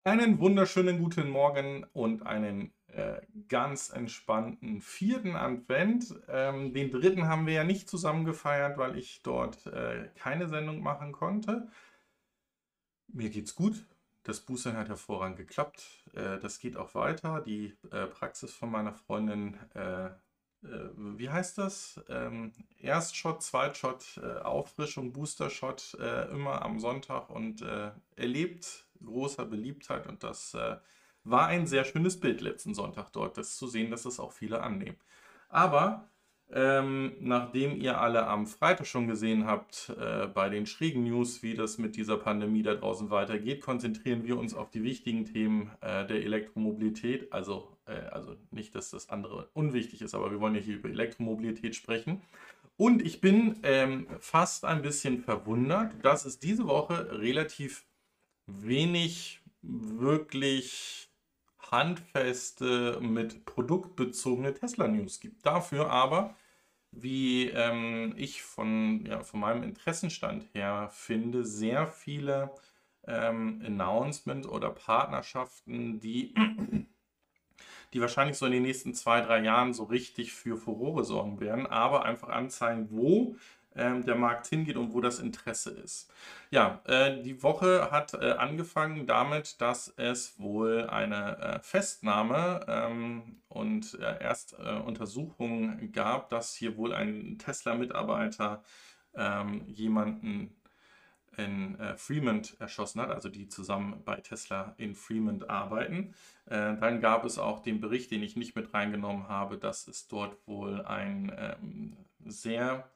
Einen wunderschönen guten Morgen und einen ganz entspannten vierten Advent. Den dritten haben wir ja nicht zusammen gefeiert, weil ich dort keine Sendung machen konnte. Mir geht's gut. Das Boostern hat hervorragend geklappt. Das geht auch weiter. Die Praxis von meiner Freundin, wie heißt das? Erstshot, Zweitshot, Auffrischung, Boostershot, immer am Sonntag und erlebt großer Beliebtheit. Und das war ein sehr schönes Bild letzten Sonntag dort, das zu sehen, dass das auch viele annehmen. Aber nachdem ihr alle am Freitag schon gesehen habt, bei den schrägen News, wie das mit dieser Pandemie da draußen weitergeht, konzentrieren wir uns auf die wichtigen Themen der Elektromobilität. Also nicht, dass das andere unwichtig ist, aber wir wollen ja hier über Elektromobilität sprechen. Und ich bin fast ein bisschen verwundert, dass es diese Woche relativ wenig wirklich handfeste, mit produktbezogene Tesla-News gibt. Dafür aber, wie ich von meinem Interessenstand her finde, sehr viele Announcements oder Partnerschaften, die wahrscheinlich so in den nächsten 2, 3 Jahren so richtig für Furore sorgen werden, aber einfach anzeigen, wo der Markt hingeht und wo das Interesse ist. Ja, die Woche hat angefangen damit, dass es wohl eine Festnahme und erst Untersuchungen gab, dass hier wohl ein Tesla-Mitarbeiter jemanden in Fremont erschossen hat, also die zusammen bei Tesla in Fremont arbeiten. Dann gab es auch den Bericht, den ich nicht mit reingenommen habe, dass es dort wohl ein sehr,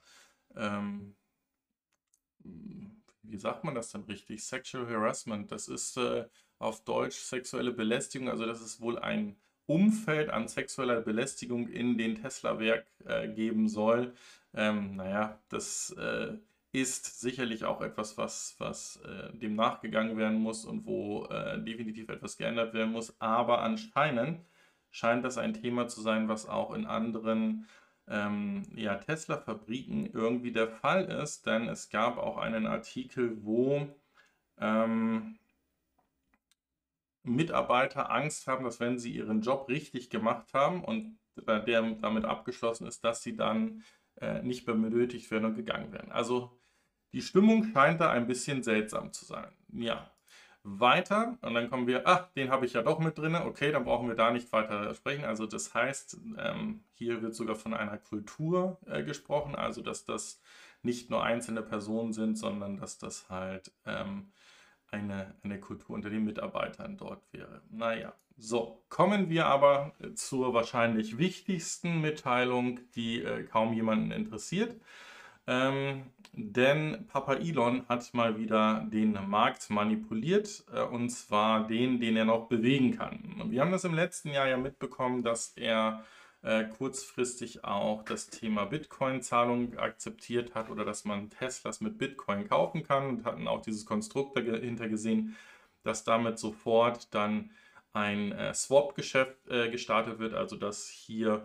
wie sagt man das denn richtig? Sexual Harassment, das ist auf Deutsch sexuelle Belästigung, also dass es wohl ein Umfeld an sexueller Belästigung in den Tesla-Werk geben soll. Naja, das ist sicherlich auch etwas, was dem nachgegangen werden muss und wo definitiv etwas geändert werden muss. Aber anscheinend scheint das ein Thema zu sein, was auch in anderen ja, Tesla-Fabriken irgendwie der Fall ist, denn es gab auch einen Artikel, wo Mitarbeiter Angst haben, dass wenn sie ihren Job richtig gemacht haben und der damit abgeschlossen ist, dass sie dann nicht mehr benötigt werden und gegangen werden. Also die Stimmung scheint da ein bisschen seltsam zu sein. Ja, weiter und dann kommen wir, ach, den habe ich ja doch mit drin. Okay, dann brauchen wir da nicht weiter sprechen. Also das heißt, hier wird sogar von einer Kultur gesprochen, also dass das nicht nur einzelne Personen sind, sondern dass das halt eine Kultur unter den Mitarbeitern dort wäre. Naja, so, kommen wir aber zur wahrscheinlich wichtigsten Mitteilung, die kaum jemanden interessiert. Denn Papa Elon hat mal wieder den Markt manipuliert, und zwar den er noch bewegen kann. Und wir haben das im letzten Jahr ja mitbekommen, dass er kurzfristig auch das Thema Bitcoin-Zahlung akzeptiert hat oder dass man Teslas mit Bitcoin kaufen kann und hatten auch dieses Konstrukt dahinter gesehen, dass damit sofort dann ein Swap-Geschäft gestartet wird, also dass hier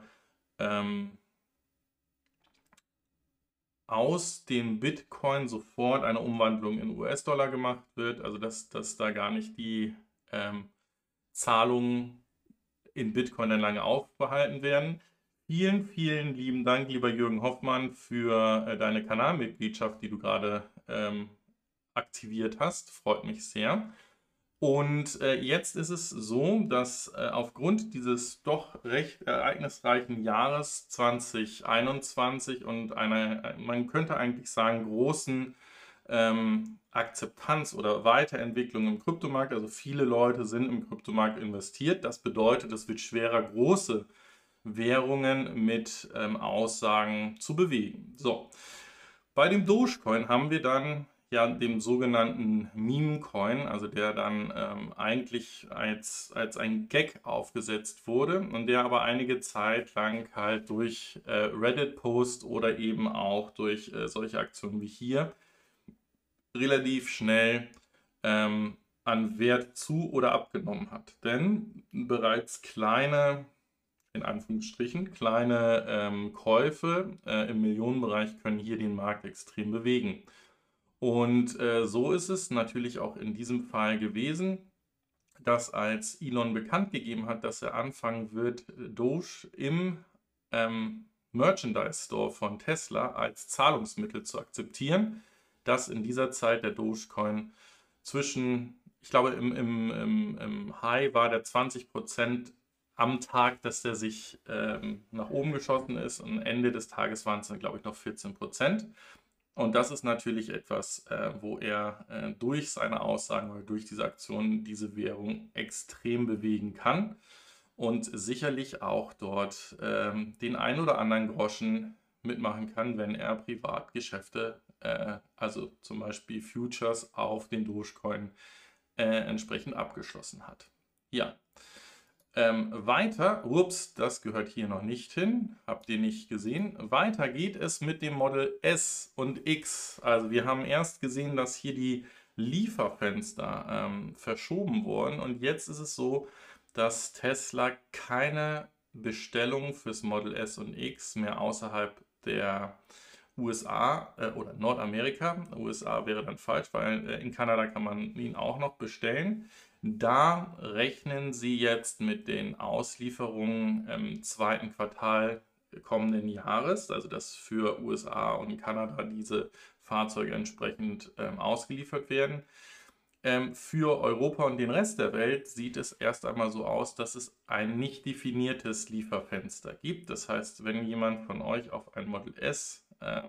aus dem Bitcoin sofort eine Umwandlung in US-Dollar gemacht wird, also dass da gar nicht die Zahlungen in Bitcoin dann lange aufbehalten werden. Vielen, vielen lieben Dank, lieber Jürgen Hoffmann, für deine Kanalmitgliedschaft, die du gerade aktiviert hast. Freut mich sehr. Und jetzt ist es so, dass aufgrund dieses doch recht ereignisreichen Jahres 2021 und einer, man könnte eigentlich sagen, großen Akzeptanz oder Weiterentwicklung im Kryptomarkt, also viele Leute sind im Kryptomarkt investiert. Das bedeutet, es wird schwerer, große Währungen mit Aussagen zu bewegen. So, bei dem Dogecoin haben wir dann ja dem sogenannten Meme-Coin, also der dann eigentlich als ein Gag aufgesetzt wurde und der aber einige Zeit lang halt durch Reddit-Post oder eben auch durch solche Aktionen wie hier relativ schnell an Wert zu oder abgenommen hat. Denn bereits kleine, in Anführungsstrichen, kleine Käufe im Millionenbereich können hier den Markt extrem bewegen. Und so ist es natürlich auch in diesem Fall gewesen. dass als Elon bekannt gegeben hat, dass er anfangen wird, Doge im Merchandise Store von Tesla als Zahlungsmittel zu akzeptieren, dass in dieser Zeit der Dogecoin zwischen, ich glaube, im High war der 20% am Tag, dass der sich nach oben geschossen ist, und Ende des Tages waren es dann, glaube ich, noch 14%. Und das ist natürlich etwas, wo er durch seine Aussagen oder durch diese Aktionen diese Währung extrem bewegen kann und sicherlich auch dort den ein oder anderen Groschen mitmachen kann, wenn er Privatgeschäfte, also zum Beispiel Futures auf den Dogecoin entsprechend abgeschlossen hat. Ja. Weiter, ups, das gehört hier noch nicht hin, habt ihr nicht gesehen. Weiter geht es mit dem Model S und X. Also wir haben erst gesehen, dass hier die Lieferfenster verschoben wurden, und jetzt ist es so, dass Tesla keine Bestellung fürs Model S und X mehr außerhalb der USA oder Nordamerika. USA wäre dann falsch, weil in Kanada kann man ihn auch noch bestellen. Da rechnen sie jetzt mit den Auslieferungen im zweiten Quartal kommenden Jahres, also dass für USA und Kanada diese Fahrzeuge entsprechend ausgeliefert werden. Für Europa und den Rest der Welt sieht es erst einmal so aus, dass es ein nicht definiertes Lieferfenster gibt. Das heißt, wenn jemand von euch auf ein Model S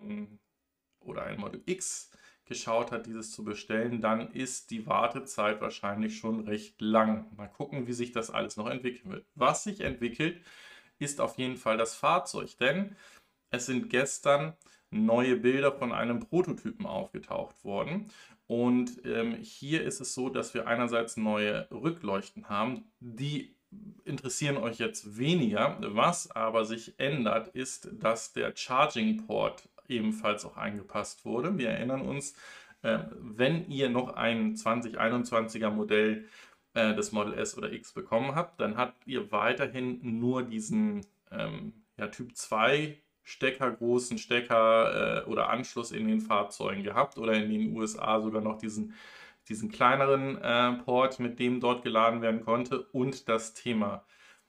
oder ein Model X geschaut hat, dieses zu bestellen, dann ist die Wartezeit wahrscheinlich schon recht lang. Mal gucken, wie sich das alles noch entwickeln wird. Was sich entwickelt, ist auf jeden Fall das Fahrzeug, denn es sind gestern neue Bilder von einem Prototypen aufgetaucht worden. Und hier ist es so, dass wir einerseits neue Rückleuchten haben, die interessieren euch jetzt weniger. Was aber sich ändert, ist, dass der Charging Port ebenfalls auch angepasst wurde. Wir erinnern uns, wenn ihr noch ein 2021er Modell des Model S oder X bekommen habt, dann habt ihr weiterhin nur diesen Typ 2 großen Stecker oder Anschluss in den Fahrzeugen gehabt, oder in den USA sogar noch diesen kleineren Port, mit dem dort geladen werden konnte, und das Thema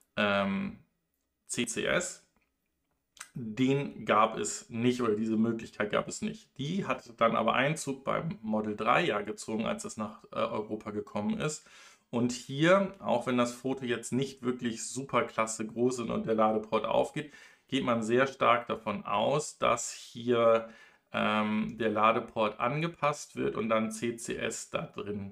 CCS. Den gab es nicht, oder diese Möglichkeit gab es nicht. Die hat dann aber Einzug beim Model 3 ja gezogen, als es nach Europa gekommen ist. Und hier, auch wenn das Foto jetzt nicht wirklich super klasse groß ist und der Ladeport aufgeht, geht man sehr stark davon aus, dass hier der Ladeport angepasst wird und dann CCS da drin,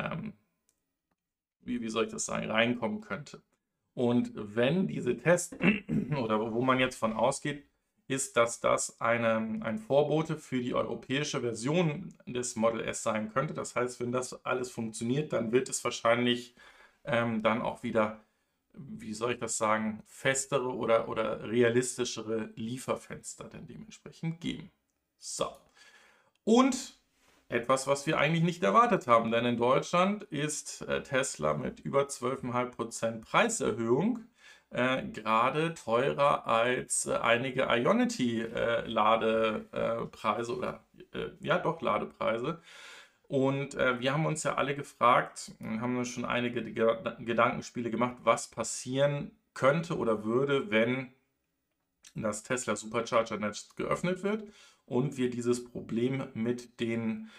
wie soll ich das sagen, reinkommen könnte. Und wenn diese Tests, oder wo man jetzt von ausgeht, ist, dass das ein Vorbote für die europäische Version des Model S sein könnte. Das heißt, wenn das alles funktioniert, dann wird es wahrscheinlich dann auch wieder, wie soll ich das sagen, festere oder realistischere Lieferfenster dann dementsprechend geben. So. Und etwas, was wir eigentlich nicht erwartet haben, denn in Deutschland ist Tesla mit über 12,5% Preiserhöhung gerade teurer als einige Ionity-Ladepreise oder Ladepreise. Und wir haben uns ja alle gefragt, haben uns schon einige Gedankenspiele gemacht, was passieren könnte oder würde, wenn das Tesla Supercharger-Netz geöffnet wird und wir dieses Problem mit den,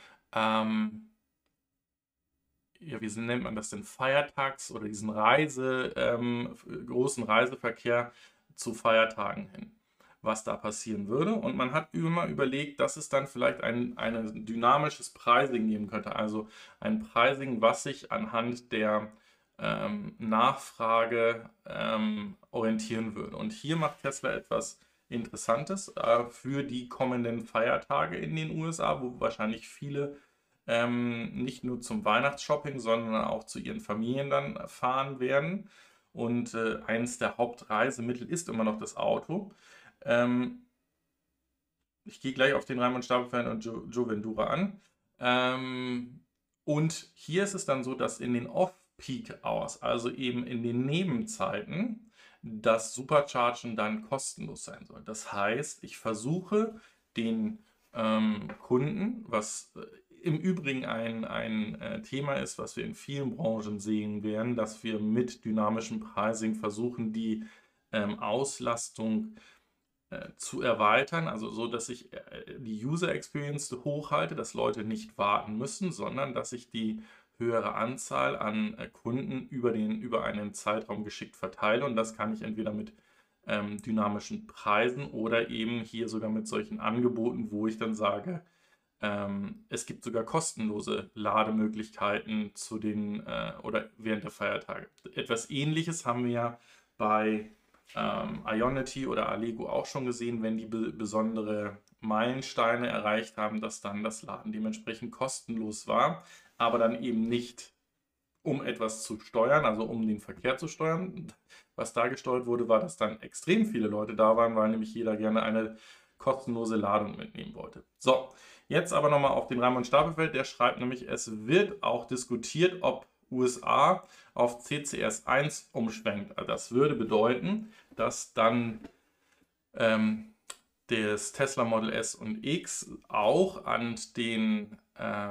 wie nennt man das denn, Feiertags oder diesen großen Reiseverkehr zu Feiertagen hin, was da passieren würde. Und man hat immer überlegt, dass es dann vielleicht ein dynamisches Pricing geben könnte, also ein Pricing, was sich anhand der Nachfrage orientieren würde. Und hier macht Tesla etwas Interessantes für die kommenden Feiertage in den USA, wo wahrscheinlich viele nicht nur zum Weihnachtsshopping, sondern auch zu ihren Familien dann fahren werden. Und eines der Hauptreisemittel ist immer noch das Auto. Ich gehe gleich auf den Raimund Stapelfeld und Joe Vendura an. Und hier ist es dann so, dass in den Off-Peak Hours, also eben in den Nebenzeiten, das Superchargen dann kostenlos sein soll. Das heißt, ich versuche den Kunden, was im Übrigen ein Thema ist, was wir in vielen Branchen sehen werden, dass wir mit dynamischem Pricing versuchen, die Auslastung zu erweitern, also so, dass ich die User Experience hochhalte, dass Leute nicht warten müssen, sondern dass ich die höhere Anzahl an Kunden über einen Zeitraum geschickt verteile, und das kann ich entweder mit dynamischen Preisen oder eben hier sogar mit solchen Angeboten, wo ich dann sage, es gibt sogar kostenlose Lademöglichkeiten zu den oder während der Feiertage. Etwas Ähnliches haben wir ja bei Ionity oder Allego auch schon gesehen, wenn die besondere Meilensteine erreicht haben, dass dann das Laden dementsprechend kostenlos war, aber dann eben nicht um etwas zu steuern, also um den Verkehr zu steuern. Was da gesteuert wurde, war, dass dann extrem viele Leute da waren, weil nämlich jeder gerne eine kostenlose Ladung mitnehmen wollte. So, jetzt aber nochmal auf den Raimund Stapelfeld, der schreibt nämlich, es wird auch diskutiert, ob USA auf CCS 1 umschwenkt. Also das würde bedeuten, dass dann das Tesla Model S und X auch an den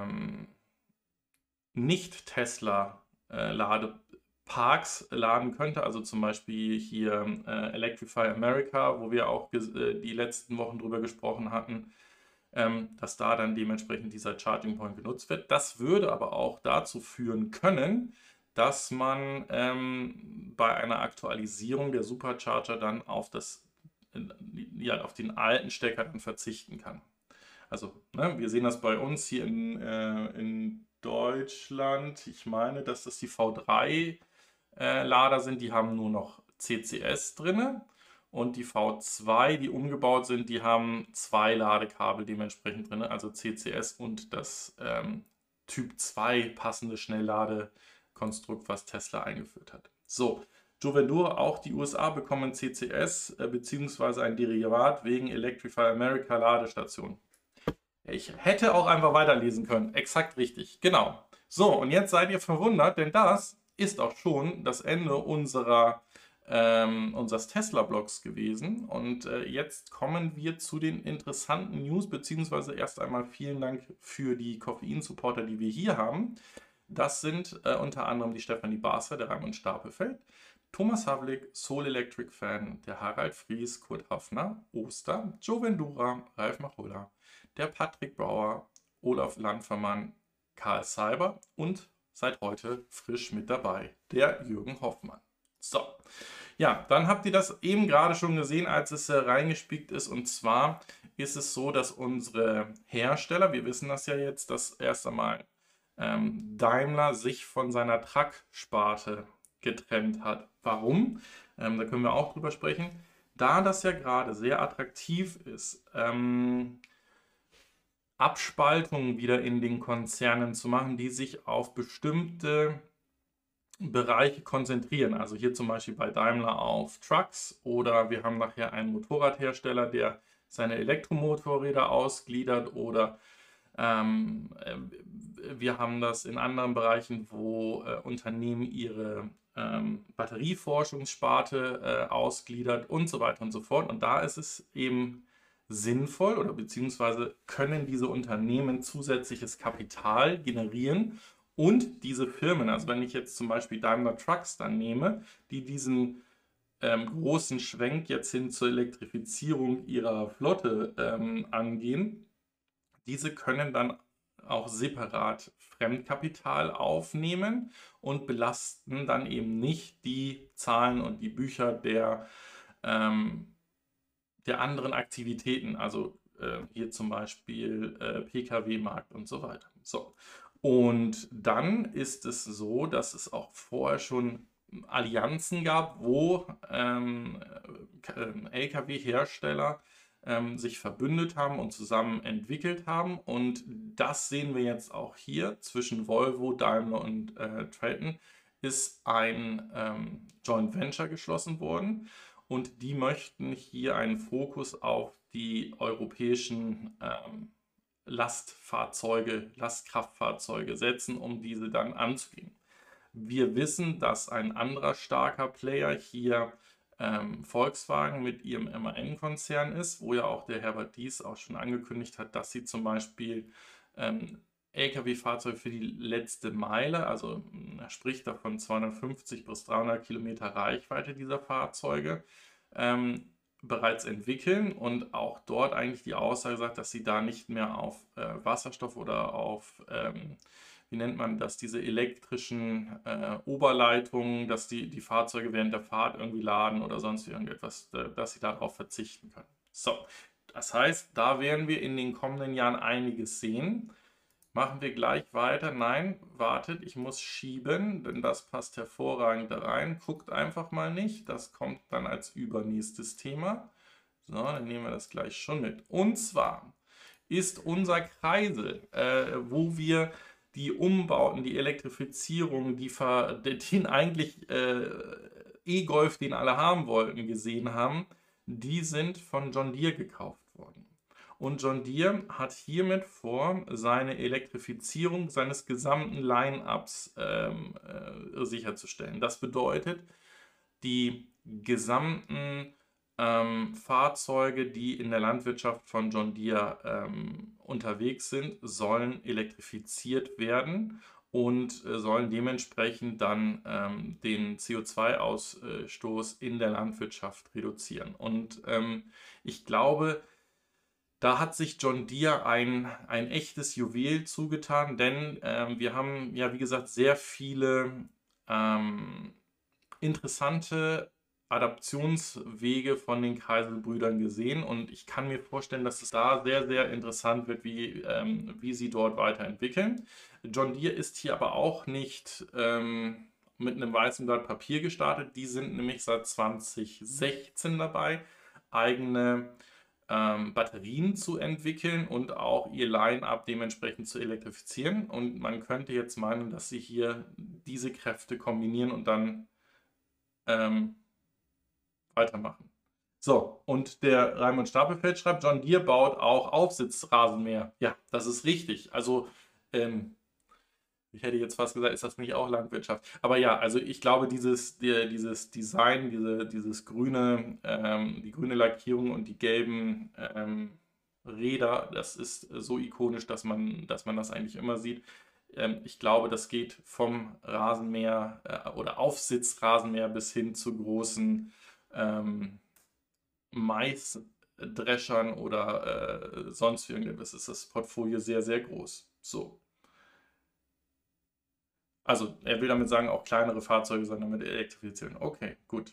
nicht-Tesla Ladeparks laden könnte, also zum Beispiel hier Electrify America, wo wir auch die letzten Wochen drüber gesprochen hatten, dass da dann dementsprechend dieser Charging Point genutzt wird. Das würde aber auch dazu führen können, dass man bei einer Aktualisierung der Supercharger dann auf den alten Stecker dann verzichten kann. Also, ne, wir sehen das bei uns hier in Deutschland. Ich meine, dass das die V3-Lader sind, die haben nur noch CCS drin. Und die V2, die umgebaut sind, die haben 2 Ladekabel dementsprechend drin, also CCS und das Typ 2 passende Schnellladekonstrukt, was Tesla eingeführt hat. So, Jovendur, auch die USA bekommen CCS bzw. ein Derivat wegen Electrify America Ladestation. Ich hätte auch einfach weiterlesen können. Exakt richtig. Genau. So, und jetzt seid ihr verwundert, denn das ist auch schon das Ende unseres Tesla-Blogs gewesen. Und jetzt kommen wir zu den interessanten News, beziehungsweise erst einmal vielen Dank für die Koffein-Supporter, die wir hier haben. Das sind unter anderem die Stefanie Barser, der Raimund Stapelfeld, Thomas Havlik, Soul Electric Fan, der Harald Fries, Kurt Hafner, Oster, Joe Vendura, Ralf Machulla, der Patrick Bauer, Olaf Landfermann, Karl Seiber und seit heute frisch mit dabei, der Jürgen Hoffmann. So, ja, dann habt ihr das eben gerade schon gesehen, als es reingespielt ist. Und zwar ist es so, dass unsere Hersteller, wir wissen das ja jetzt, dass erst einmal Daimler sich von seiner Truck-Sparte getrennt hat. Warum? Da können wir auch drüber sprechen. Da das ja gerade sehr attraktiv ist, Abspaltungen wieder in den Konzernen zu machen, die sich auf bestimmte Bereiche konzentrieren. Also hier zum Beispiel bei Daimler auf Trucks, oder wir haben nachher einen Motorradhersteller, der seine Elektromotorräder ausgliedert, oder wir haben das in anderen Bereichen, wo Unternehmen ihre Batterieforschungssparte ausgliedert und so weiter und so fort. Und da ist es eben sinnvoll, oder beziehungsweise können diese Unternehmen zusätzliches Kapital generieren und diese Firmen, also wenn ich jetzt zum Beispiel Daimler Trucks dann nehme, die diesen großen Schwenk jetzt hin zur Elektrifizierung ihrer Flotte angehen, diese können dann auch separat Fremdkapital aufnehmen und belasten dann eben nicht die Zahlen und die Bücher der anderen Aktivitäten, also hier zum Beispiel Pkw-Markt und so weiter. So. Und dann ist es so, dass es auch vorher schon Allianzen gab, wo Lkw-Hersteller sich verbündet haben und zusammen entwickelt haben. Und das sehen wir jetzt auch hier zwischen Volvo, Daimler und Traton ist ein Joint Venture geschlossen worden. Und die möchten hier einen Fokus auf die europäischen Lastkraftfahrzeuge setzen, um diese dann anzugehen. Wir wissen, dass ein anderer starker Player hier Volkswagen mit ihrem MAN-Konzern ist, wo ja auch der Herbert Diess auch schon angekündigt hat, dass sie zum Beispiel Lkw-Fahrzeug für die letzte Meile, also er spricht davon 250 bis 300 Kilometer Reichweite dieser Fahrzeuge, bereits entwickeln und auch dort eigentlich die Aussage sagt, dass sie da nicht mehr auf Wasserstoff oder auf, wie nennt man das, diese elektrischen Oberleitungen, dass die Fahrzeuge während der Fahrt irgendwie laden oder sonst irgendetwas, dass sie darauf verzichten können. So, das heißt, da werden wir in den kommenden Jahren einiges sehen. Machen wir gleich weiter. Nein, wartet, ich muss schieben, denn das passt hervorragend da rein. Guckt einfach mal nicht, das kommt dann als übernächstes Thema. So, dann nehmen wir das gleich schon mit. Und zwar ist unser Kreisel, wo wir die Umbauten, die Elektrifizierung, den eigentlich E-Golf, den alle haben wollten, gesehen haben, die sind von John Deere gekauft worden. Und John Deere hat hiermit vor, seine Elektrifizierung seines gesamten Line-Ups sicherzustellen. Das bedeutet, die gesamten Fahrzeuge, die in der Landwirtschaft von John Deere unterwegs sind, sollen elektrifiziert werden und sollen dementsprechend dann den CO2-Ausstoß in der Landwirtschaft reduzieren. Und ich glaube, da hat sich John Deere ein echtes Juwel zugetan, denn wir haben ja, wie gesagt, sehr viele interessante Adaptionswege von den Kreiselbrüdern gesehen und ich kann mir vorstellen, dass es da sehr, sehr interessant wird, wie sie dort weiterentwickeln. John Deere ist hier aber auch nicht mit einem weißen Blatt Papier gestartet. Die sind nämlich seit 2016 dabei, eigene Batterien zu entwickeln und auch ihr Line-Up dementsprechend zu elektrifizieren. Und man könnte jetzt meinen, dass sie hier diese Kräfte kombinieren und dann weitermachen. So, und der Raimund Stapelfeld schreibt, John Deere baut auch Aufsitzrasenmäher. Ja, das ist richtig. Also, ich hätte jetzt fast gesagt, ist das nicht auch Landwirtschaft? Aber ja, also ich glaube, dieses Design, dieses grüne, die grüne Lackierung und die gelben Räder, das ist so ikonisch, dass man das eigentlich immer sieht. Ich glaube, das geht vom Rasenmäher oder Aufsitzrasenmäher bis hin zu großen Maisdreschern oder sonst irgendetwas. Ist das Portfolio sehr, sehr groß. So. Also, er will damit sagen, auch kleinere Fahrzeuge sollen damit elektrifizieren. Okay, gut.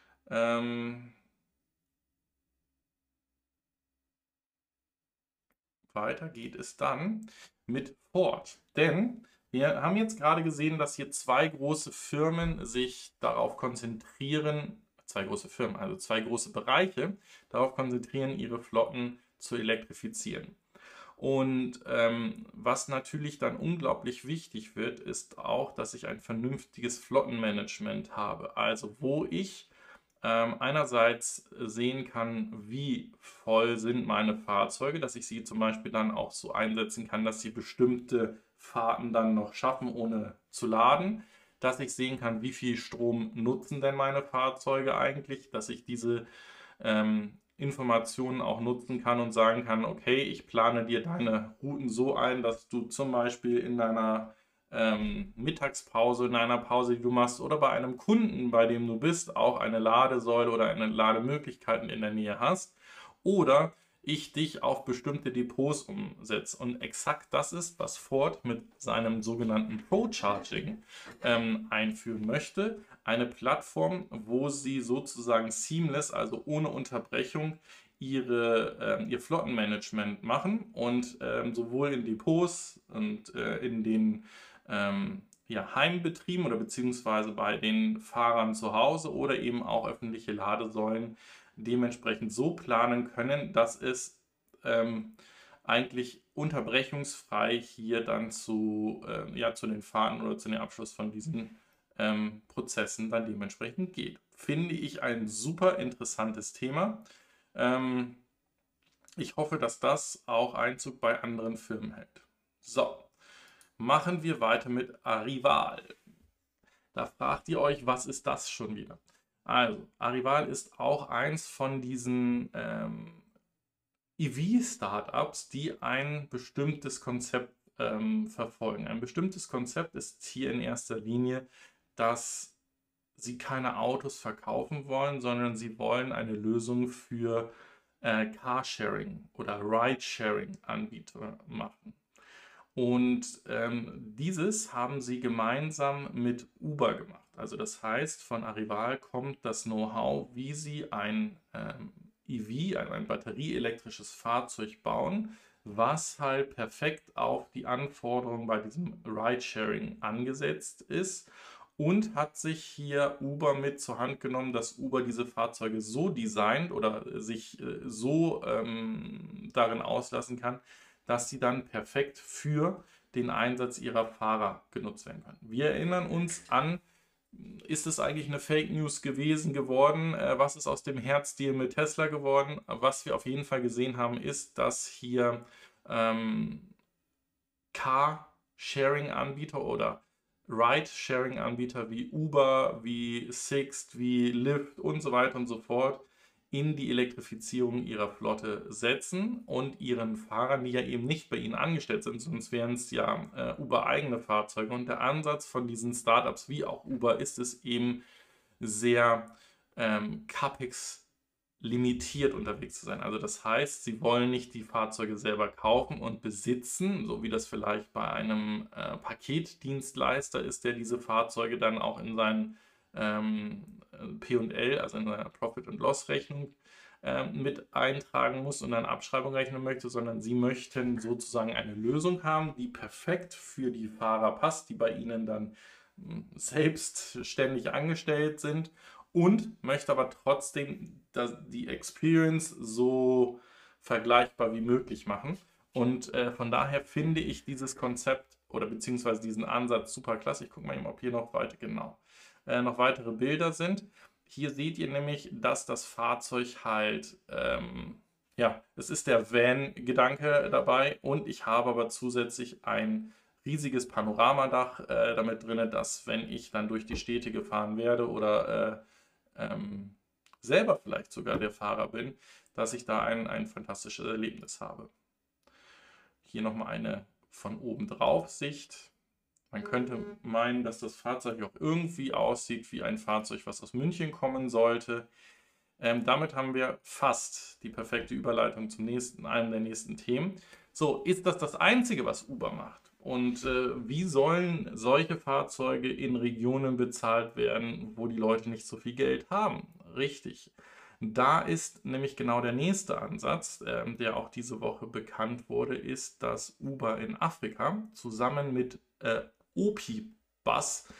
Weiter geht es dann mit Ford. Denn wir haben jetzt gerade gesehen, dass hier zwei große Firmen sich darauf konzentrieren, also zwei große Bereiche, darauf konzentrieren, ihre Flotten zu elektrifizieren. Und was natürlich dann unglaublich wichtig wird, ist auch, dass ich ein vernünftiges Flottenmanagement habe. Also wo ich einerseits sehen kann, wie voll sind meine Fahrzeuge, dass ich sie zum Beispiel dann auch so einsetzen kann, dass sie bestimmte Fahrten dann noch schaffen, ohne zu laden. Dass ich sehen kann, wie viel Strom nutzen denn meine Fahrzeuge eigentlich, dass ich diese Informationen auch nutzen kann und sagen kann, okay, ich plane dir deine Routen so ein, dass du zum Beispiel in deiner Mittagspause, in einer Pause, die du machst, oder bei einem Kunden, bei dem du bist, auch eine Ladesäule oder eine Lademöglichkeiten in der Nähe hast. Oder ich dich auf bestimmte Depots umsetze. Und exakt das ist, was Ford mit seinem sogenannten Pro-Charging einführen möchte. Eine Plattform, wo sie sozusagen seamless, also ohne Unterbrechung, ihr Flottenmanagement machen und sowohl in Depots und in den Heimbetrieben oder beziehungsweise bei den Fahrern zu Hause oder eben auch öffentliche Ladesäulen dementsprechend so planen können, dass es eigentlich unterbrechungsfrei hier dann zu den Fahrten oder zu dem Abschluss von diesen Prozessen dann dementsprechend geht. Finde ich ein super interessantes Thema. Ich hoffe, dass das auch Einzug bei anderen Firmen hält. So, machen wir weiter mit Arrival. Da fragt ihr euch, was ist das schon wieder? Also, Arrival ist auch eins von diesen EV-Startups, die ein bestimmtes Konzept verfolgen. Ein bestimmtes Konzept ist hier in erster Linie, dass sie keine Autos verkaufen wollen, sondern sie wollen eine Lösung für Carsharing oder Ridesharing-Anbieter machen. Und dieses haben sie gemeinsam mit Uber gemacht. Also das heißt, von Arrival kommt das Know-how, wie sie ein EV, ein batterieelektrisches Fahrzeug bauen, was halt perfekt auf die Anforderungen bei diesem Ridesharing angesetzt ist. Und hat sich hier Uber mit zur Hand genommen, dass Uber diese Fahrzeuge so designt oder sich so darin auslassen kann, dass sie dann perfekt für den Einsatz ihrer Fahrer genutzt werden können. Wir erinnern uns an, ist es eigentlich eine Fake News geworden? Was ist aus dem Herzdeal mit Tesla geworden? Was wir auf jeden Fall gesehen haben, ist, dass hier Car-Sharing-Anbieter oder Ride-Sharing-Anbieter wie Uber, wie Sixt, wie Lyft und so weiter und so fort in die Elektrifizierung ihrer Flotte setzen und ihren Fahrern, die ja eben nicht bei ihnen angestellt sind, sonst wären es ja Uber-eigene Fahrzeuge. Und der Ansatz von diesen Startups wie auch Uber ist es eben sehr CapEx limitiert unterwegs zu sein. Also das heißt, sie wollen nicht die Fahrzeuge selber kaufen und besitzen, so wie das vielleicht bei einem Paketdienstleister ist, der diese Fahrzeuge dann auch in seinen P&L, also in seiner Profit-and-Loss-Rechnung mit eintragen muss und dann Abschreibung rechnen möchte, sondern sie möchten sozusagen eine Lösung haben, die perfekt für die Fahrer passt, die bei ihnen dann selbstständig angestellt sind und möchte aber trotzdem die Experience so vergleichbar wie möglich machen. Und von daher finde ich dieses Konzept oder beziehungsweise diesen Ansatz super klasse. Ich gucke mal eben, ob hier noch noch weitere Bilder sind. Hier seht ihr nämlich, dass das Fahrzeug halt, ja, es ist der Van-Gedanke dabei und ich habe aber zusätzlich ein riesiges Panoramadach damit drin, dass wenn ich dann durch die Städte gefahren werde oder selber vielleicht sogar der Fahrer bin, dass ich da ein fantastisches Erlebnis habe. Hier nochmal eine von oben drauf Sicht. Man könnte meinen, dass das Fahrzeug auch irgendwie aussieht wie ein Fahrzeug, was aus München kommen sollte. Damit haben wir fast die perfekte Überleitung zum einem der nächsten Themen. So, ist das Einzige, was Uber macht? Und wie sollen solche Fahrzeuge in Regionen bezahlt werden, wo die Leute nicht so viel Geld haben? Richtig. Da ist nämlich genau der nächste Ansatz, der auch diese Woche bekannt wurde, ist, dass Uber in Afrika zusammen mit Opibus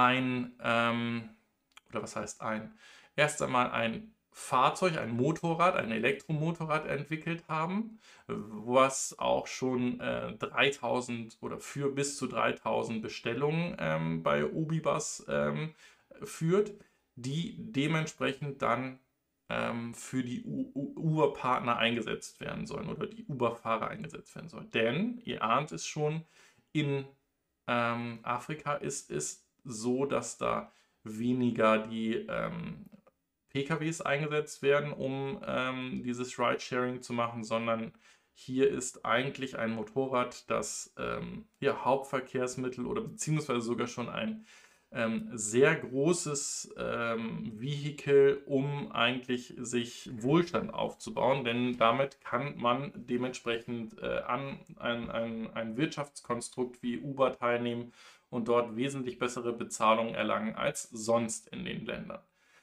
erst einmal ein Fahrzeug, ein Motorrad, ein Elektromotorrad entwickelt haben, was auch schon 3000 oder für bis zu 3000 Bestellungen bei Opibus führt, die dementsprechend dann für die Uber-Partner eingesetzt werden sollen oder die Uber-Fahrer eingesetzt werden sollen. Denn, ihr ahnt es schon, in Afrika ist es so, dass da weniger die PKWs eingesetzt werden, um dieses Ridesharing zu machen, sondern hier ist eigentlich ein Motorrad das ja, Hauptverkehrsmittel oder beziehungsweise sogar schon ein sehr großes Vehikel, um eigentlich sich Wohlstand aufzubauen, denn damit kann man dementsprechend an ein Wirtschaftskonstrukt wie Uber teilnehmen und dort wesentlich bessere Bezahlung erlangen als sonst in den Ländern.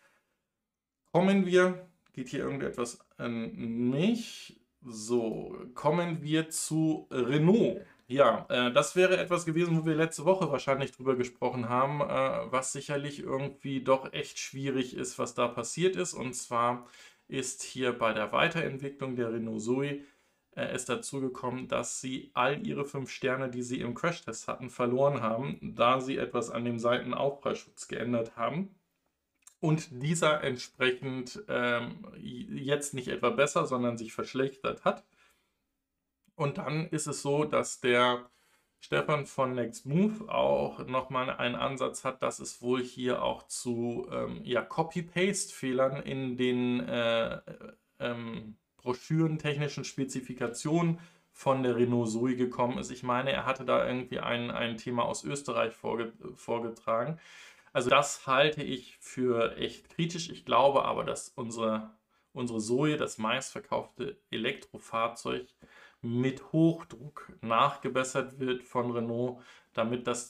Geht hier irgendetwas an mich? So, kommen wir zu Renault. Ja, das wäre etwas gewesen, wo wir letzte Woche wahrscheinlich drüber gesprochen haben, was sicherlich irgendwie doch echt schwierig ist, was da passiert ist. Und zwar ist hier bei der Weiterentwicklung der Renault Zoe es dazu gekommen, dass sie all ihre 5 Sterne, die sie im Crashtest hatten, verloren haben, da sie etwas an dem Seitenaufprallschutz geändert haben. Und dieser entsprechend jetzt nicht etwa besser, sondern sich verschlechtert hat. Und dann ist es so, dass der Stefan von Nextmove auch nochmal einen Ansatz hat, dass es wohl hier auch zu ja, Copy-Paste-Fehlern in den Broschüren, technischen Spezifikationen von der Renault Zoe gekommen ist. Ich meine, er hatte da irgendwie ein Thema aus Österreich vorgetragen. Also das halte ich für echt kritisch. Ich glaube aber, dass unsere Zoe, das meistverkaufte Elektrofahrzeug, mit Hochdruck nachgebessert wird von Renault, damit das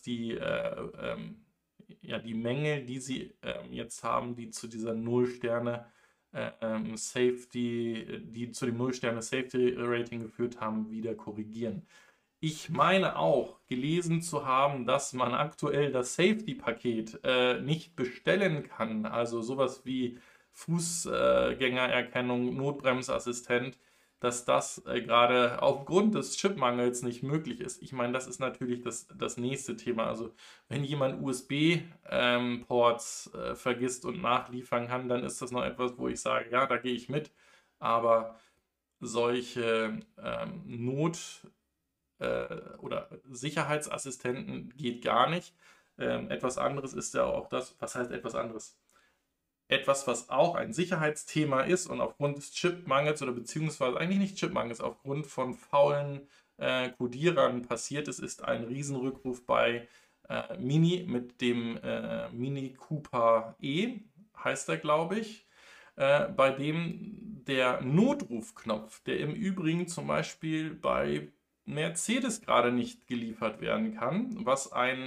ja, die Mängel, die sie jetzt haben, die zu dieser Null-Sterne Safety, die zu dem Null-Sterne Safety Rating geführt haben, wieder korrigieren. Ich meine auch gelesen zu haben, dass man aktuell das Safety-Paket nicht bestellen kann. Also sowas wie Fußgängererkennung, Notbremsassistent, dass das gerade aufgrund des Chipmangels nicht möglich ist. Ich meine, das ist natürlich das nächste Thema. Also wenn jemand USB-Ports vergisst und nachliefern kann, dann ist das noch etwas, wo ich sage, ja, da gehe ich mit. Aber solche oder Sicherheitsassistenten geht gar nicht. Etwas anderes ist ja auch das, was heißt etwas anderes? Etwas, was auch ein Sicherheitsthema ist und aufgrund des Chipmangels oder beziehungsweise eigentlich nicht Chipmangels, aufgrund von faulen Codierern passiert ist, ist ein Riesenrückruf bei Mini mit dem Mini Cooper E, heißt er, glaube ich, bei dem der Notrufknopf, der im Übrigen zum Beispiel bei Mercedes gerade nicht geliefert werden kann, was ein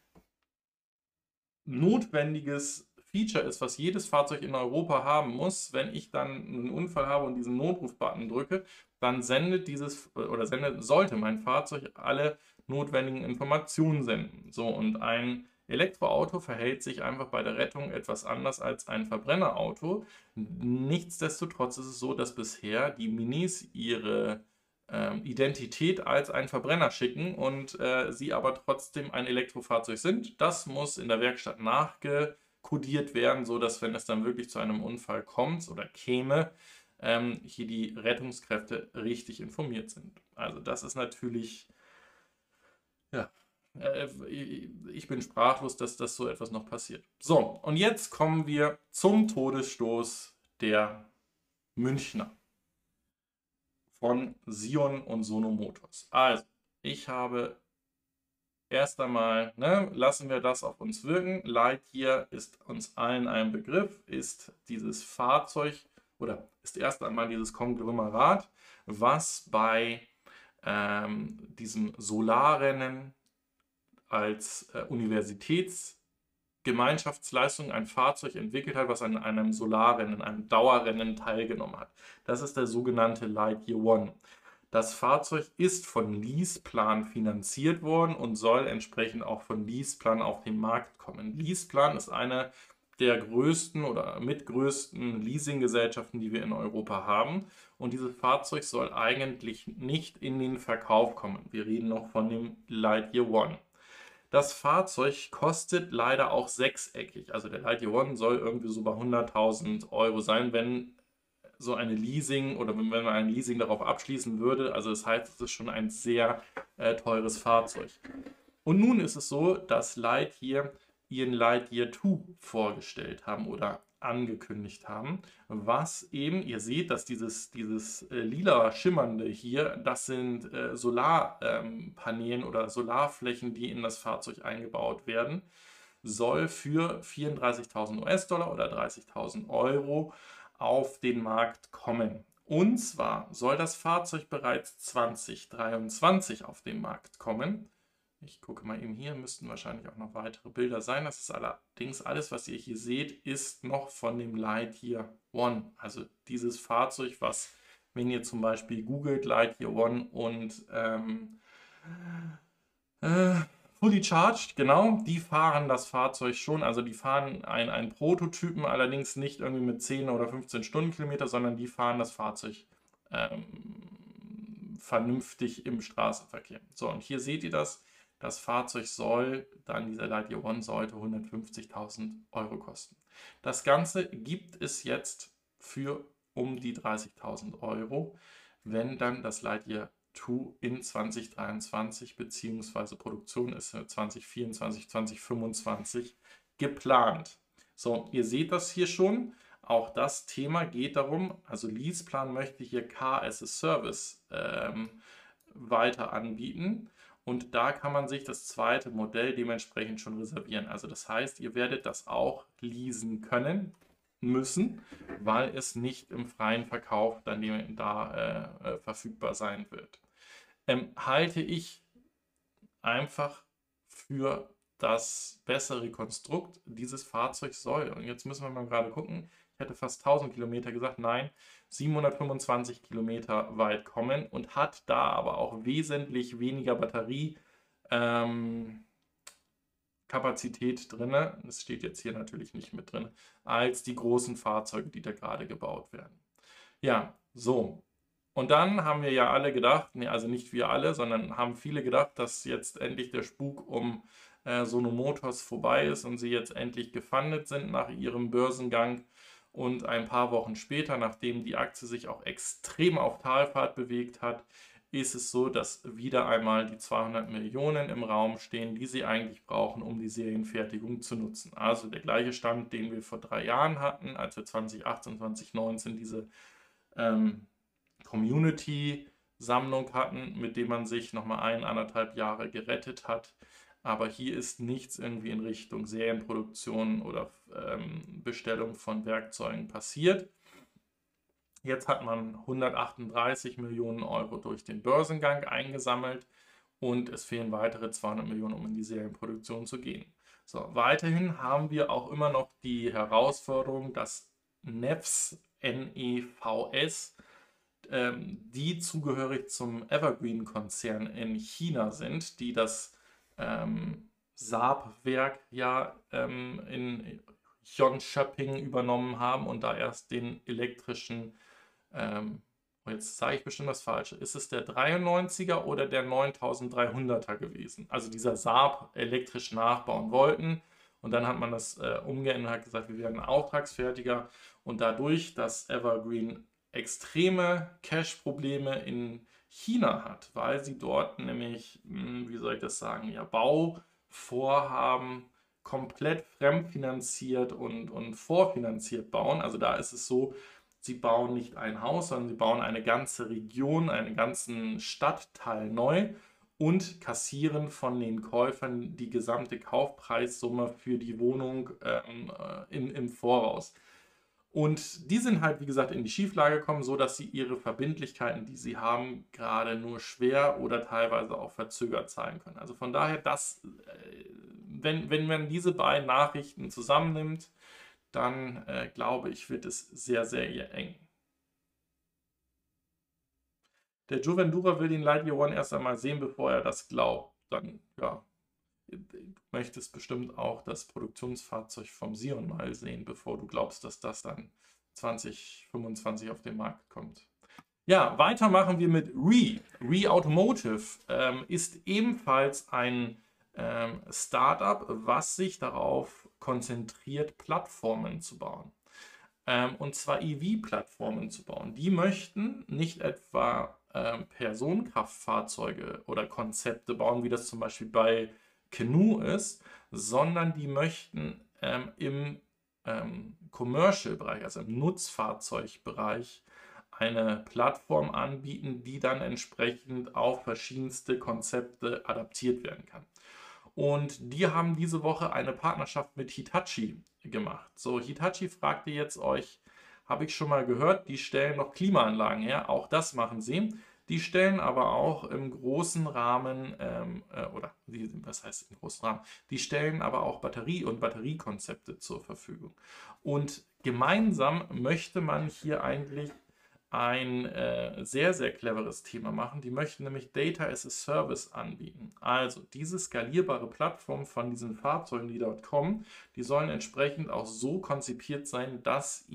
notwendiges Feature ist, was jedes Fahrzeug in Europa haben muss. Wenn ich dann einen Unfall habe und diesen Notruf-Button drücke, dann sollte mein Fahrzeug alle notwendigen Informationen senden. So, und ein Elektroauto verhält sich einfach bei der Rettung etwas anders als ein Verbrennerauto. Nichtsdestotrotz ist es so, dass bisher die Minis ihre Identität als ein Verbrenner schicken und sie aber trotzdem ein Elektrofahrzeug sind. Das muss in der Werkstatt nachgekodiert werden, sodass, wenn es dann wirklich zu einem Unfall kommt oder käme, hier die Rettungskräfte richtig informiert sind. Also das ist natürlich, ja, ich bin sprachlos, dass das so etwas noch passiert. So, und jetzt kommen wir zum Todesstoß der Münchner von Sion und Sono Motors. Also, ich habe erst einmal, lassen wir das auf uns wirken. Lightyear ist uns allen ein Begriff, ist dieses Fahrzeug oder ist erst einmal dieses Konglomerat, was bei diesem Solarrennen als Universitätsgemeinschaftsleistung ein Fahrzeug entwickelt hat, was an einem Solarrennen, einem Dauerrennen teilgenommen hat. Das ist der sogenannte Lightyear One. Das Fahrzeug ist von LeasePlan finanziert worden und soll entsprechend auch von LeasePlan auf den Markt kommen. LeasePlan ist eine der größten oder mitgrößten Leasinggesellschaften, die wir in Europa haben. Und dieses Fahrzeug soll eigentlich nicht in den Verkauf kommen. Wir reden noch von dem Lightyear One. Das Fahrzeug kostet leider auch sechseckig. Also der Lightyear One soll irgendwie so bei 100.000 Euro sein, wenn so eine Leasing oder wenn man ein Leasing darauf abschließen würde. Also das heißt, es ist schon ein sehr teures Fahrzeug. Und nun ist es so, dass Lightyear ihren Lightyear 2 vorgestellt haben oder angekündigt haben, was eben, ihr seht, dass dieses lila schimmernde hier, das sind Solarpanelen oder Solarflächen, die in das Fahrzeug eingebaut werden, soll für 34.000 US-Dollar oder 30.000 Euro auf den Markt kommen. Und zwar soll das Fahrzeug bereits 2023 auf den Markt kommen. Ich gucke mal eben hier, müssten wahrscheinlich auch noch weitere Bilder sein. Das ist allerdings alles, was ihr hier seht, ist noch von dem Lightyear One. Also dieses Fahrzeug, was, wenn ihr zum Beispiel googelt Lightyear One und Fully Charged, genau, die fahren das Fahrzeug schon. Also die fahren einen Prototypen, allerdings nicht irgendwie mit 10 oder 15 Stundenkilometer, sondern die fahren das Fahrzeug vernünftig im Straßenverkehr. So, und hier seht ihr das. Das Fahrzeug soll, dann dieser Lightyear One sollte 150.000 Euro kosten. Das Ganze gibt es jetzt für um die 30.000 Euro, wenn dann das Lightyear 2 in 2023 bzw. Produktion ist 2024, 2025 geplant. So, ihr seht das hier schon. Auch das Thema geht darum, also LeasePlan möchte hier Car as a Service weiter anbieten. Und da kann man sich das zweite Modell dementsprechend schon reservieren. Also das heißt, ihr werdet das auch leasen können müssen, weil es nicht im freien Verkauf dann da verfügbar sein wird. Halte ich einfach für das bessere Konstrukt dieses Fahrzeugs soll. Und jetzt müssen wir mal gerade gucken. Ich hätte fast 1000 Kilometer gesagt. Nein, 725 Kilometer weit kommen und hat da aber auch wesentlich weniger Batteriekapazität drin. Das steht jetzt hier natürlich nicht mit drin, als die großen Fahrzeuge, die da gerade gebaut werden. Ja, so. Und dann haben wir ja alle gedacht, nee, also nicht wir alle, sondern haben viele gedacht, dass jetzt endlich der Spuk um Sono Motors vorbei ist und sie jetzt endlich gefundet sind nach ihrem Börsengang. Und ein paar Wochen später, nachdem die Aktie sich auch extrem auf Talfahrt bewegt hat, ist es so, dass wieder einmal die 200 Millionen im Raum stehen, die sie eigentlich brauchen, um die Serienfertigung zu nutzen. Also der gleiche Stand, den wir vor 3 Jahren hatten, als wir 2018, 2019 diese Community-Sammlung hatten, mit dem man sich nochmal 1,5 Jahre gerettet hat. Aber hier ist nichts irgendwie in Richtung Serienproduktion oder Bestellung von Werkzeugen passiert. Jetzt hat man 138 Millionen Euro durch den Börsengang eingesammelt und es fehlen weitere 200 Millionen, um in die Serienproduktion zu gehen. So, weiterhin haben wir auch immer noch die Herausforderung, dass NEVs, NEVS, die zugehörig zum Evergreen-Konzern in China sind, die das Saab-Werk ja in Jönköping übernommen haben und da erst den elektrischen, jetzt sage ich bestimmt das Falsche, ist es der 93er oder der 9300er gewesen? Also dieser Saab elektrisch nachbauen wollten und dann hat man das umgeändert und hat gesagt, wir werden Auftragsfertiger und dadurch, dass Evergreen extreme Cash-Probleme in China hat, weil sie dort nämlich, wie soll ich das sagen, ja, Bauvorhaben komplett fremdfinanziert und vorfinanziert bauen. Also da ist es so, sie bauen nicht ein Haus, sondern sie bauen eine ganze Region, einen ganzen Stadtteil neu und kassieren von den Käufern die gesamte Kaufpreissumme für die Wohnung im Voraus. Und die sind halt, wie gesagt, in die Schieflage gekommen, so dass sie ihre Verbindlichkeiten, die sie haben, gerade nur schwer oder teilweise auch verzögert zahlen können. Also von daher, wenn man diese beiden Nachrichten zusammennimmt, dann glaube ich, wird es sehr, sehr eng. Der Juvendura will den Lightyear One erst einmal sehen, bevor er das glaubt. Dann, ja, du möchtest bestimmt auch das Produktionsfahrzeug vom Sion mal sehen, bevor du glaubst, dass das dann 2025 auf den Markt kommt. Ja, weiter machen wir mit Re Automotive ist ebenfalls ein Startup, was sich darauf konzentriert, Plattformen zu bauen. Und zwar EV-Plattformen zu bauen. Die möchten nicht etwa Personenkraftfahrzeuge oder Konzepte bauen, wie das zum Beispiel bei Canoo ist, sondern die möchten im Commercial-Bereich, also im Nutzfahrzeugbereich, eine Plattform anbieten, die dann entsprechend auf verschiedenste Konzepte adaptiert werden kann. Und die haben diese Woche eine Partnerschaft mit Hitachi gemacht. So, Hitachi fragte jetzt euch, habe ich schon mal gehört, die stellen noch Klimaanlagen her. Auch das machen sie. Die stellen aber auch im großen Rahmen, was heißt im großen Rahmen? Die stellen aber auch Batterie und Batteriekonzepte zur Verfügung. Und gemeinsam möchte man hier eigentlich ein sehr, sehr cleveres Thema machen. Die möchten nämlich Data as a Service anbieten. Also diese skalierbare Plattform von diesen Fahrzeugen, die dort kommen, die sollen entsprechend auch so konzipiert sein, dass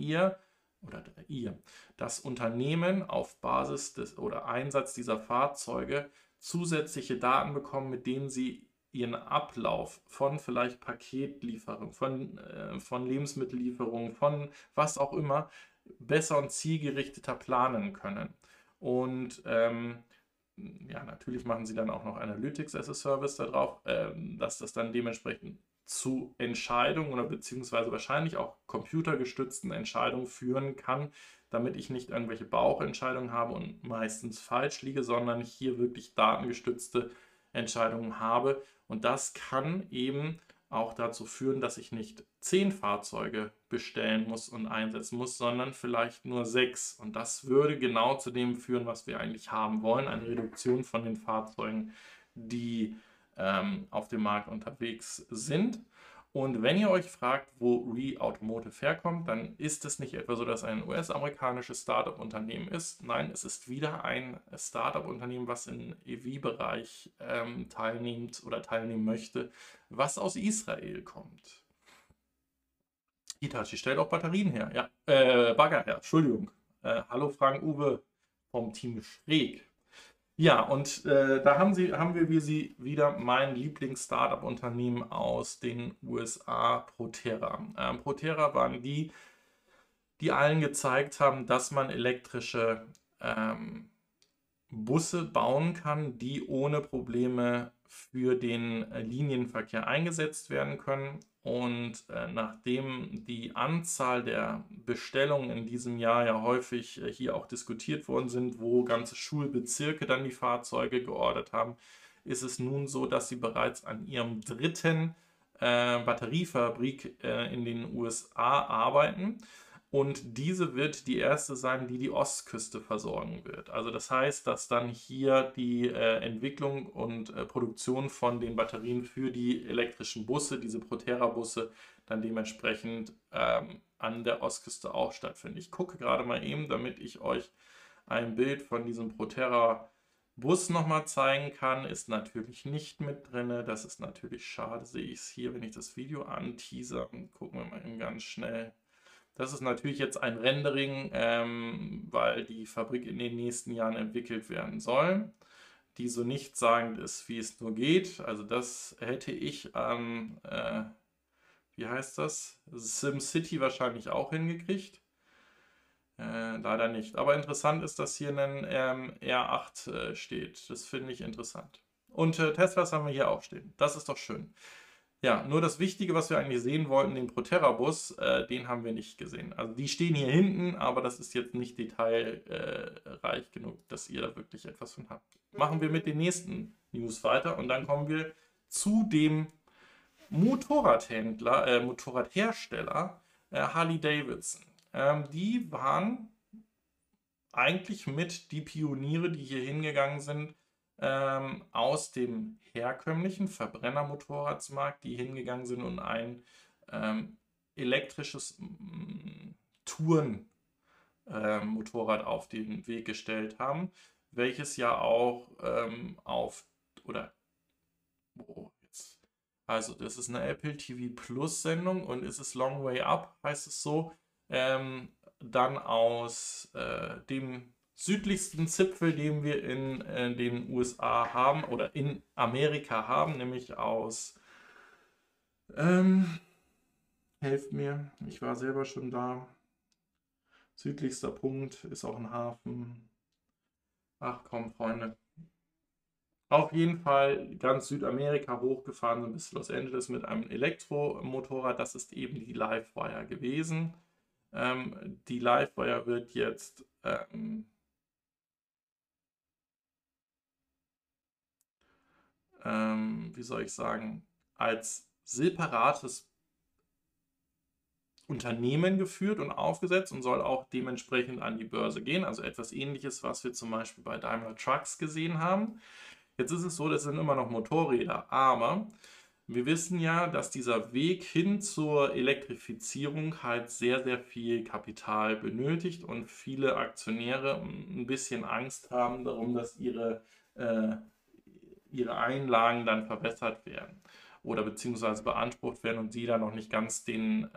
das Unternehmen auf Basis des oder Einsatz dieser Fahrzeuge zusätzliche Daten bekommen, mit denen sie ihren Ablauf von vielleicht Paketlieferung, von Lebensmittellieferung, von was auch immer, besser und zielgerichteter planen können. Und ja, natürlich machen sie dann auch noch Analytics as a Service darauf, dass das dann dementsprechend zu Entscheidungen oder beziehungsweise wahrscheinlich auch computergestützten Entscheidungen führen kann, damit ich nicht irgendwelche Bauchentscheidungen habe und meistens falsch liege, sondern hier wirklich datengestützte Entscheidungen habe. Und das kann eben auch dazu führen, dass ich nicht 10 Fahrzeuge bestellen muss und einsetzen muss, sondern vielleicht nur 6. Und das würde genau zu dem führen, was wir eigentlich haben wollen, eine Reduktion von den Fahrzeugen, die auf dem Markt unterwegs sind. Und wenn ihr euch fragt, wo ReAutomotive herkommt, dann ist es nicht etwa so, dass ein US-amerikanisches Startup-Unternehmen ist. Nein, es ist wieder ein Startup-Unternehmen, was im EV-Bereich teilnimmt oder teilnehmen möchte, was aus Israel kommt. Hitachi stellt auch Batterien her. Ja, Bagger her, Entschuldigung. Hallo Frank Uwe vom Team Schräg. Ja, und da haben wir wieder mein Lieblings-Startup-Unternehmen aus den USA, Proterra. Proterra waren die allen gezeigt haben, dass man elektrische Busse bauen kann, die ohne Probleme für den Linienverkehr eingesetzt werden können. Und nachdem die Anzahl der Bestellungen in diesem Jahr ja häufig hier auch diskutiert worden sind, wo ganze Schulbezirke dann die Fahrzeuge geordert haben, ist es nun so, dass sie bereits an ihrem dritten Batteriefabrik in den USA arbeiten. Und diese wird die erste sein, die die Ostküste versorgen wird. Also das heißt, dass dann hier die Entwicklung und Produktion von den Batterien für die elektrischen Busse, diese Proterra-Busse, dann dementsprechend an der Ostküste auch stattfindet. Ich gucke gerade mal eben, damit ich euch ein Bild von diesem Proterra-Bus nochmal zeigen kann. Ist natürlich nicht mit drin. Das ist natürlich schade. Sehe ich es hier, wenn ich das Video anteaser. Gucken wir mal eben ganz schnell. Das ist natürlich jetzt ein Rendering, weil die Fabrik in den nächsten Jahren entwickelt werden soll, die so nichtssagend ist, wie es nur geht. Also das hätte ich an, wie heißt das? SimCity wahrscheinlich auch hingekriegt. Leider nicht. Aber interessant ist, dass hier ein R8 steht. Das finde ich interessant. Und Teslas haben wir hier auch stehen. Das ist doch schön. Ja, nur das Wichtige, was wir eigentlich sehen wollten, den Proterra-Bus, den haben wir nicht gesehen. Also die stehen hier hinten, aber das ist jetzt nicht detailreich genug, dass ihr da wirklich etwas von habt. Machen wir mit den nächsten News weiter und dann kommen wir zu dem Motorradhersteller Harley Davidson. Die waren eigentlich mit die Pioniere, die hier hingegangen sind, aus dem herkömmlichen Verbrennermotorradsmarkt, die hingegangen sind und ein elektrisches Tourenmotorrad auf den Weg gestellt haben, welches ja auch also das ist eine Apple TV Plus Sendung und ist es Long Way Up, heißt es so, dann aus dem südlichsten Zipfel, den wir in den USA haben oder in Amerika haben, nämlich aus, helft mir, ich war selber schon da, südlichster Punkt ist auch ein Hafen, ach komm Freunde, auf jeden Fall ganz Südamerika hochgefahren sind bis Los Angeles mit einem Elektromotorrad, das ist eben die Livewire gewesen. Die Livewire wird jetzt wie soll ich sagen, als separates Unternehmen geführt und aufgesetzt und soll auch dementsprechend an die Börse gehen. Also etwas Ähnliches, was wir zum Beispiel bei Daimler Trucks gesehen haben. Jetzt ist es so, das sind immer noch Motorräder, aber wir wissen ja, dass dieser Weg hin zur Elektrifizierung halt sehr, sehr viel Kapital benötigt und viele Aktionäre ein bisschen Angst haben darum, dass ihre Einlagen dann verbessert werden oder beziehungsweise beansprucht werden und sie dann noch nicht ganz den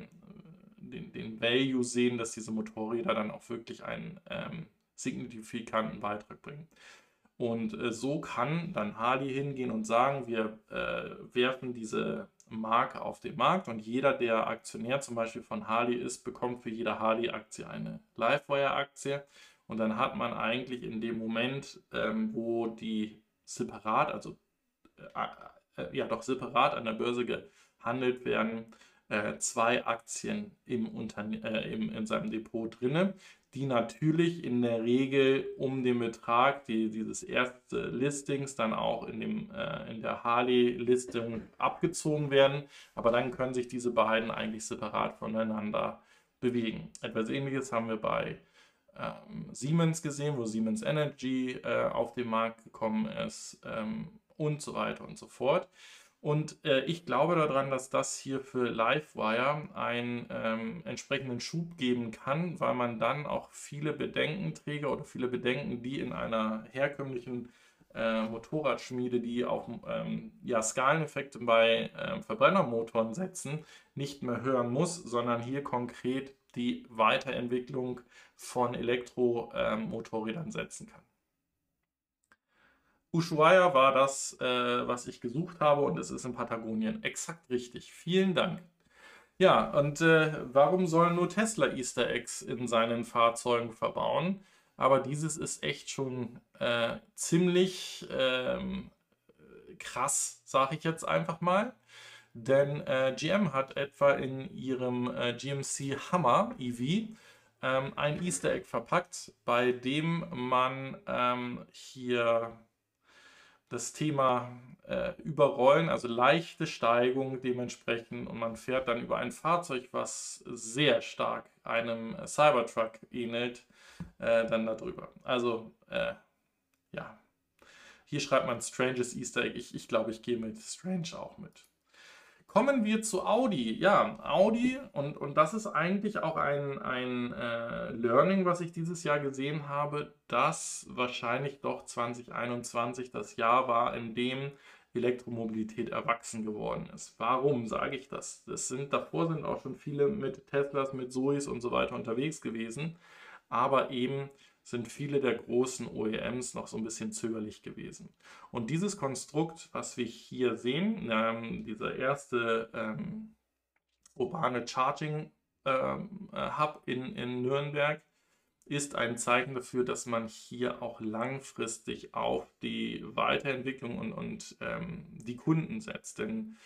Value sehen, dass diese Motorräder dann auch wirklich einen signifikanten Beitrag bringen. Und so kann dann Harley hingehen und sagen, wir werfen diese Marke auf den Markt und jeder, der Aktionär zum Beispiel von Harley ist, bekommt für jede Harley-Aktie eine Livewire-Aktie. Und dann hat man eigentlich in dem Moment, wo die separat, separat an der Börse handelt, werden 2 Aktien in seinem Depot drinne, die natürlich in der Regel um den Betrag dieses ersten Listings dann auch in der Harley-Listung abgezogen werden. Aber dann können sich diese beiden eigentlich separat voneinander bewegen. Etwas Ähnliches haben wir bei Siemens gesehen, wo Siemens Energy auf den Markt gekommen ist und so weiter und so fort. Und ich glaube daran, dass das hier für Livewire einen entsprechenden Schub geben kann, weil man dann auch viele Bedenkenträger oder viele Bedenken, die in einer herkömmlichen Motorradschmiede, die auf Skaleneffekte bei Verbrennermotoren setzen, nicht mehr hören muss, sondern hier konkret die Weiterentwicklung von Elektromotorrädern setzen kann. Ushuaia war das, was ich gesucht habe, und es ist in Patagonien. Exakt richtig. Vielen Dank. Ja, und warum sollen nur Tesla Easter Eggs in seinen Fahrzeugen verbauen? Aber dieses ist echt schon ziemlich krass, sage ich jetzt einfach mal. Denn GM hat etwa in ihrem GMC Hummer EV ein Easter Egg verpackt, bei dem man hier das Thema Überrollen, also leichte Steigung dementsprechend, und man fährt dann über ein Fahrzeug, was sehr stark einem Cybertruck ähnelt, dann darüber. Also ja, hier schreibt man Stranges Easter Egg. Ich glaube, ich gehe mit Strange auch mit. Kommen wir zu Audi. Ja, Audi, und das ist eigentlich auch ein Learning, was ich dieses Jahr gesehen habe, dass wahrscheinlich doch 2021 das Jahr war, in dem Elektromobilität erwachsen geworden ist. Warum sage ich das? Davor sind auch schon viele mit Teslas, mit Zoes und so weiter unterwegs gewesen, aber eben sind viele der großen OEMs noch so ein bisschen zögerlich gewesen. Und dieses Konstrukt, was wir hier sehen, dieser erste urbane Charging Hub in Nürnberg, ist ein Zeichen dafür, dass man hier auch langfristig auf die Weiterentwicklung und die Kunden setzt. Denn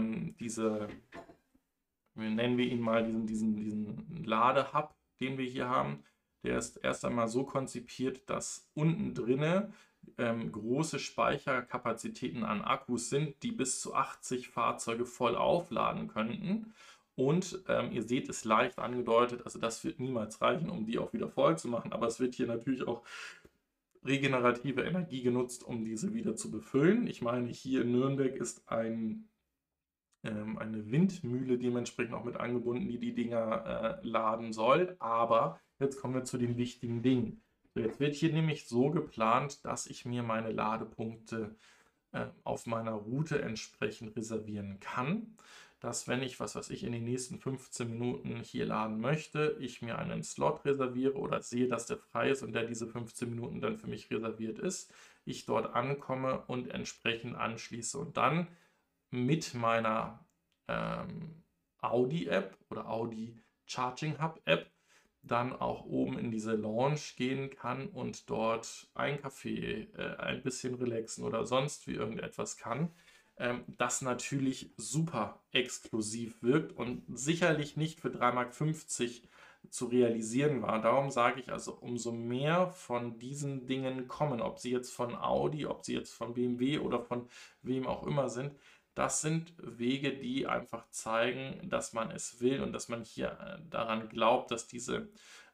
nennen wir ihn mal diesen Ladehub, den wir hier haben, der ist erst einmal so konzipiert, dass unten drinne große Speicherkapazitäten an Akkus sind, die bis zu 80 Fahrzeuge voll aufladen könnten. Und ihr seht es leicht angedeutet, also das wird niemals reichen, um die auch wieder voll zu machen, aber es wird hier natürlich auch regenerative Energie genutzt, um diese wieder zu befüllen. Ich meine, hier in Nürnberg ist eine Windmühle dementsprechend auch mit angebunden, die Dinger laden soll. Aber jetzt kommen wir zu den wichtigen Dingen. So, jetzt wird hier nämlich so geplant, dass ich mir meine Ladepunkte auf meiner Route entsprechend reservieren kann. Dass, wenn ich, was weiß ich, in den nächsten 15 Minuten hier laden möchte, ich mir einen Slot reserviere oder sehe, dass der frei ist und der diese 15 Minuten dann für mich reserviert ist, ich dort ankomme und entsprechend anschließe und dann mit meiner Audi-App oder Audi Charging Hub App dann auch oben in diese Lounge gehen kann und dort einen Kaffee, ein bisschen relaxen oder sonst wie irgendetwas kann, das natürlich super exklusiv wirkt und sicherlich nicht für 3,50 Mark zu realisieren war. Darum sage ich also, umso mehr von diesen Dingen kommen, ob sie jetzt von Audi, ob sie jetzt von BMW oder von wem auch immer sind, das sind Wege, die einfach zeigen, dass man es will und dass man hier daran glaubt, dass diese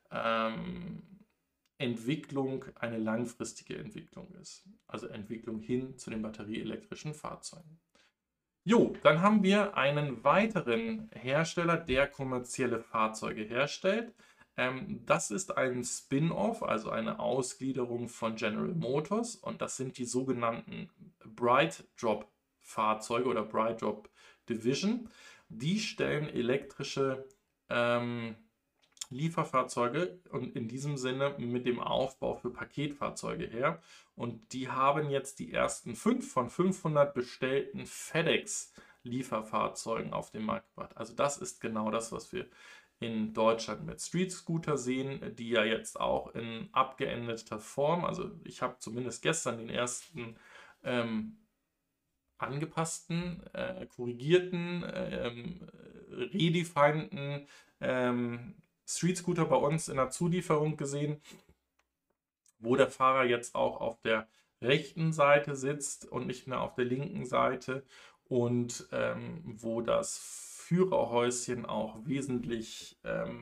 Entwicklung eine langfristige Entwicklung ist. Also Entwicklung hin zu den batterieelektrischen Fahrzeugen. Jo, dann haben wir einen weiteren Hersteller, der kommerzielle Fahrzeuge herstellt. Das ist ein Spin-off, also eine Ausgliederung von General Motors, und das sind die sogenannten BrightDrop-Fahrzeuge oder BrightDrop Division. Die stellen elektrische Lieferfahrzeuge und in diesem Sinne mit dem Aufbau für Paketfahrzeuge her. Und die haben jetzt die ersten 5 von 500 bestellten FedEx-Lieferfahrzeugen auf den Markt gebracht. Also das ist genau das, was wir in Deutschland mit Street Scooter sehen, die ja jetzt auch in abgeänderter Form, also ich habe zumindest gestern den ersten angepassten, korrigierten, redefineden Street Scooter bei uns in der Zulieferung gesehen, wo der Fahrer jetzt auch auf der rechten Seite sitzt und nicht mehr auf der linken Seite und wo das Führerhäuschen auch wesentlich,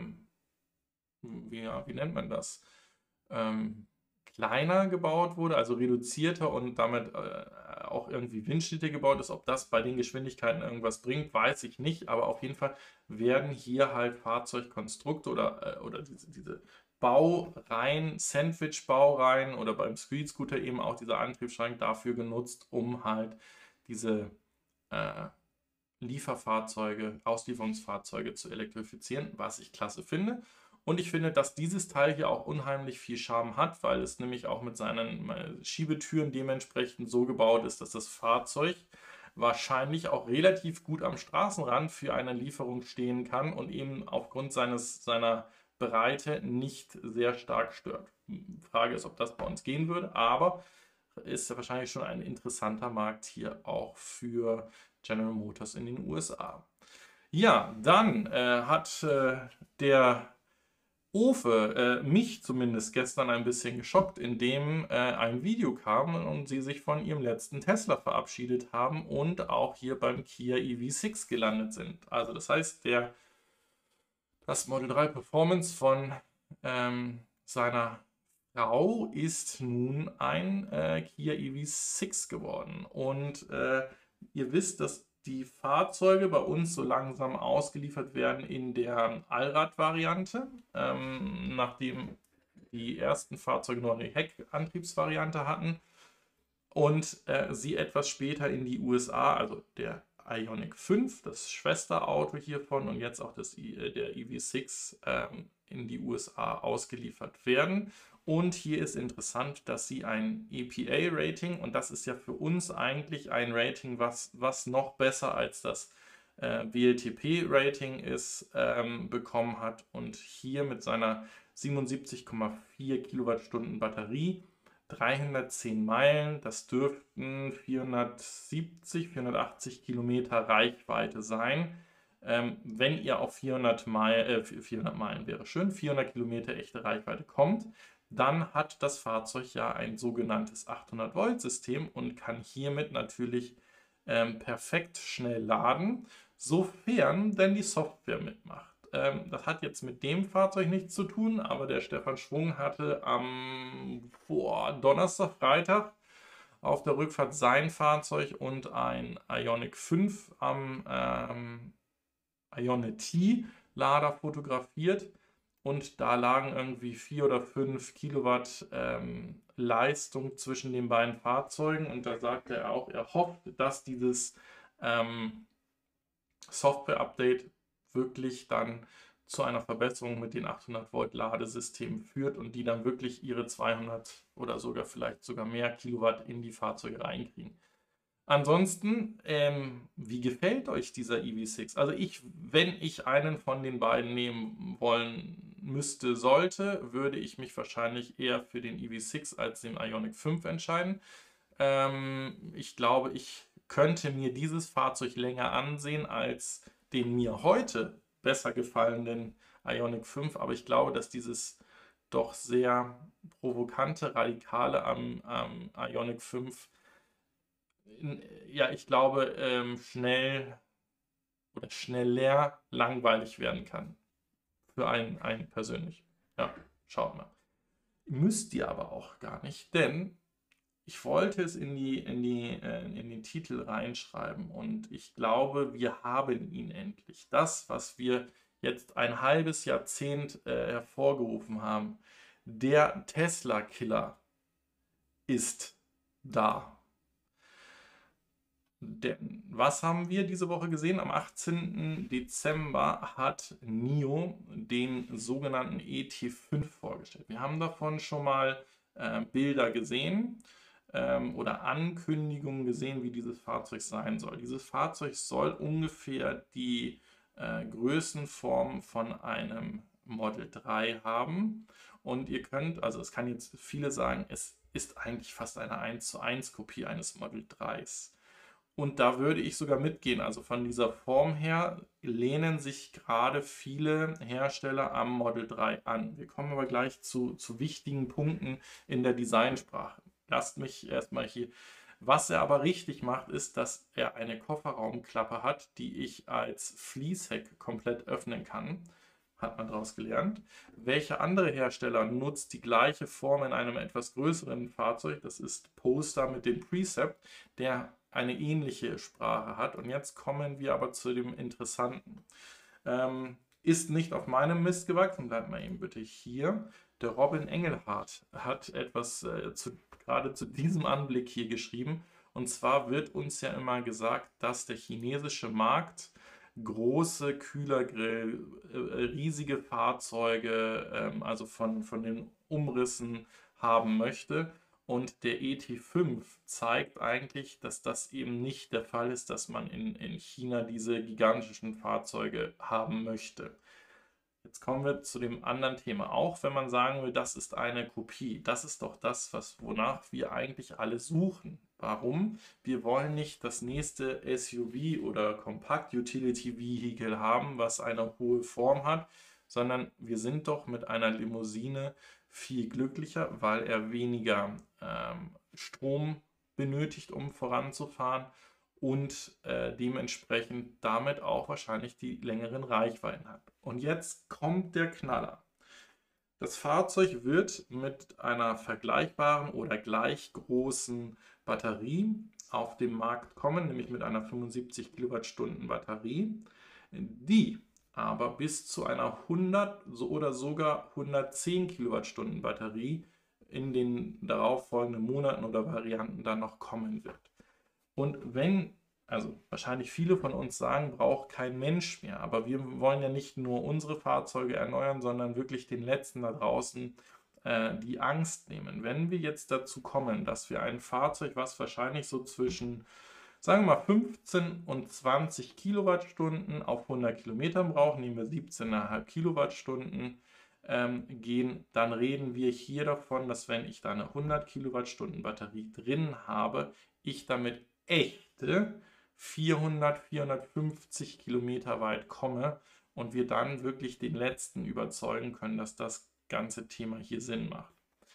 wie nennt man das, kleiner gebaut wurde, also reduzierter und damit auch irgendwie windschnittiger gebaut ist. Ob das bei den Geschwindigkeiten irgendwas bringt, weiß ich nicht, aber auf jeden Fall werden hier halt Fahrzeugkonstrukte oder diese Baureihen, Sandwich-Baureihen oder beim Street Scooter eben auch dieser Antriebsstrang dafür genutzt, um halt diese Lieferfahrzeuge, Auslieferungsfahrzeuge zu elektrifizieren, was ich klasse finde. Und ich finde, dass dieses Teil hier auch unheimlich viel Charme hat, weil es nämlich auch mit seinen Schiebetüren dementsprechend so gebaut ist, dass das Fahrzeug wahrscheinlich auch relativ gut am Straßenrand für eine Lieferung stehen kann und eben aufgrund seiner Breite nicht sehr stark stört. Frage ist, ob das bei uns gehen würde, aber ist ja wahrscheinlich schon ein interessanter Markt hier auch für General Motors in den USA. Ja, dann hat der Ofe mich zumindest gestern ein bisschen geschockt, indem ein Video kam und sie sich von ihrem letzten Tesla verabschiedet haben und auch hier beim Kia EV6 gelandet sind. Also das heißt, das Model 3 Performance von seiner Frau ist nun ein Kia EV6 geworden. Und ihr wisst, dass die Fahrzeuge bei uns so langsam ausgeliefert werden in der Allrad-Variante, nachdem die ersten Fahrzeuge nur eine Heckantriebsvariante hatten und sie etwas später in die USA, also der Ioniq 5, das Schwesterauto hiervon und jetzt auch der EV6 in die USA ausgeliefert werden. Und hier ist interessant, dass sie ein EPA-Rating, und das ist ja für uns eigentlich ein Rating, was noch besser als das WLTP-Rating ist, bekommen hat. Und hier mit seiner 77,4 Kilowattstunden Batterie, 310 Meilen, das dürften 470, 480 Kilometer Reichweite sein. Wenn ihr auf 400 Meilen wäre schön, 400 Kilometer echte Reichweite kommt, dann hat das Fahrzeug ja ein sogenanntes 800-Volt-System und kann hiermit natürlich perfekt schnell laden, sofern denn die Software mitmacht. Das hat jetzt mit dem Fahrzeug nichts zu tun, aber der Stefan Schwung hatte am Donnerstag, Freitag auf der Rückfahrt sein Fahrzeug und ein Ioniq 5 am Ionity-Lader fotografiert. Und da lagen irgendwie 4 oder 5 Kilowatt Leistung zwischen den beiden Fahrzeugen. Und da sagte er auch, er hofft, dass dieses Software-Update wirklich dann zu einer Verbesserung mit den 800 Volt Ladesystemen führt und die dann wirklich ihre 200 oder vielleicht sogar mehr Kilowatt in die Fahrzeuge reinkriegen. Ansonsten, wie gefällt euch dieser EV6? Also wenn ich einen von den beiden nehmen wollen sollte, würde ich mich wahrscheinlich eher für den EV6 als den Ioniq 5 entscheiden. Ich glaube, ich könnte mir dieses Fahrzeug länger ansehen als den mir heute besser gefallenen Ioniq 5, aber ich glaube, dass dieses doch sehr provokante, radikale am Ioniq 5 ich glaube, schneller langweilig werden kann. Für einen persönlich. Ja, schaut mal. Müsst ihr aber auch gar nicht, denn ich wollte es in den Titel reinschreiben und ich glaube, wir haben ihn endlich. Das, was wir jetzt ein halbes Jahrzehnt hervorgerufen haben, der Tesla-Killer ist da. Denn was haben wir diese Woche gesehen? Am 18. Dezember hat NIO den sogenannten ET5 vorgestellt. Wir haben davon schon mal Bilder gesehen oder Ankündigungen gesehen, wie dieses Fahrzeug sein soll. Dieses Fahrzeug soll ungefähr die Größenform von einem Model 3 haben. Und ihr könnt, also es kann jetzt viele sagen, es ist eigentlich fast eine 1:1 Kopie eines Model 3s. Und da würde ich sogar mitgehen. Also von dieser Form her lehnen sich gerade viele Hersteller am Model 3 an. Wir kommen aber gleich zu wichtigen Punkten in der Designsprache. Lasst mich erstmal hier. Was er aber richtig macht, ist, dass er eine Kofferraumklappe hat, die ich als Fließheck komplett öffnen kann. Hat man daraus gelernt. Welcher andere Hersteller nutzt die gleiche Form in einem etwas größeren Fahrzeug? Das ist Polestar mit dem Precept, der eine ähnliche Sprache hat. Und jetzt kommen wir aber zu dem Interessanten. Ist nicht auf meinem Mist gewachsen, bleibt mal eben bitte hier. Der Robin Engelhardt hat etwas gerade zu diesem Anblick hier geschrieben. Und zwar wird uns ja immer gesagt, dass der chinesische Markt große Kühlergrill, riesige Fahrzeuge, also von den Umrissen haben möchte. Und der ET5 zeigt eigentlich, dass das eben nicht der Fall ist, dass man in China diese gigantischen Fahrzeuge haben möchte. Jetzt kommen wir zu dem anderen Thema. Auch wenn man sagen will, das ist eine Kopie, das ist doch das, wonach wir eigentlich alle suchen. Warum? Wir wollen nicht das nächste SUV oder Compact Utility Vehicle haben, was eine hohe Form hat, sondern wir sind doch mit einer Limousine viel glücklicher, weil er weniger Strom benötigt, um voranzufahren und dementsprechend damit auch wahrscheinlich die längeren Reichweiten hat. Und jetzt kommt der Knaller. Das Fahrzeug wird mit einer vergleichbaren oder gleich großen Batterie auf den Markt kommen, nämlich mit einer 75 Kilowattstunden Batterie, die aber bis zu einer 100 oder sogar 110 Kilowattstunden Batterie in den darauffolgenden Monaten oder Varianten dann noch kommen wird. Und wenn, also wahrscheinlich viele von uns sagen, braucht kein Mensch mehr, aber wir wollen ja nicht nur unsere Fahrzeuge erneuern, sondern wirklich den Letzten da draußen die Angst nehmen. Wenn wir jetzt dazu kommen, dass wir ein Fahrzeug, was wahrscheinlich so zwischen, sagen wir mal, 15 und 20 Kilowattstunden auf 100 Kilometern brauchen, nehmen wir 17,5 Kilowattstunden, gehen, dann reden wir hier davon, dass wenn ich da eine 100 Kilowattstunden Batterie drin habe, ich damit echte 400, 450 Kilometer weit komme und wir dann wirklich den Letzten überzeugen können, dass das ganze Thema hier Sinn macht.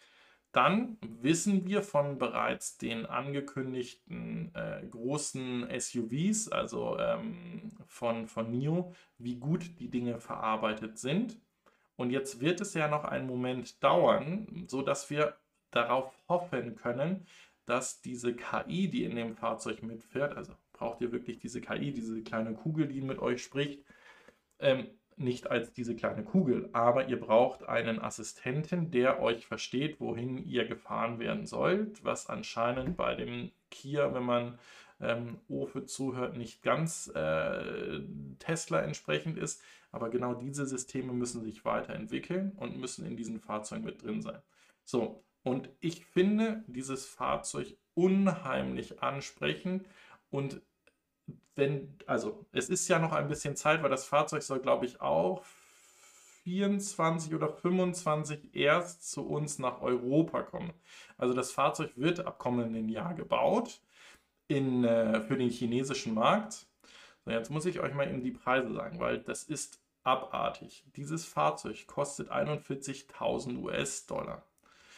Dann wissen wir von bereits den angekündigten großen SUVs, also von NIO, wie gut die Dinge verarbeitet sind. Und jetzt wird es ja noch einen Moment dauern, sodass wir darauf hoffen können, dass diese KI, die in dem Fahrzeug mitfährt, also braucht ihr wirklich diese KI, diese kleine Kugel, die mit euch spricht, nicht als diese kleine Kugel, aber ihr braucht einen Assistenten, der euch versteht, wohin ihr gefahren werden sollt, was anscheinend bei dem Kia, wenn man Ofe zuhört, nicht ganz Tesla entsprechend ist, aber genau diese Systeme müssen sich weiterentwickeln und müssen in diesen Fahrzeugen mit drin sein. So, und ich finde dieses Fahrzeug unheimlich ansprechend und also es ist ja noch ein bisschen Zeit, weil das Fahrzeug soll, glaube ich, auch 24 oder 25 erst zu uns nach Europa kommen. Also das Fahrzeug wird ab kommenden Jahr gebaut für den chinesischen Markt. So, jetzt muss ich euch mal eben die Preise sagen, weil das ist abartig. Dieses Fahrzeug kostet 41.000 US-Dollar.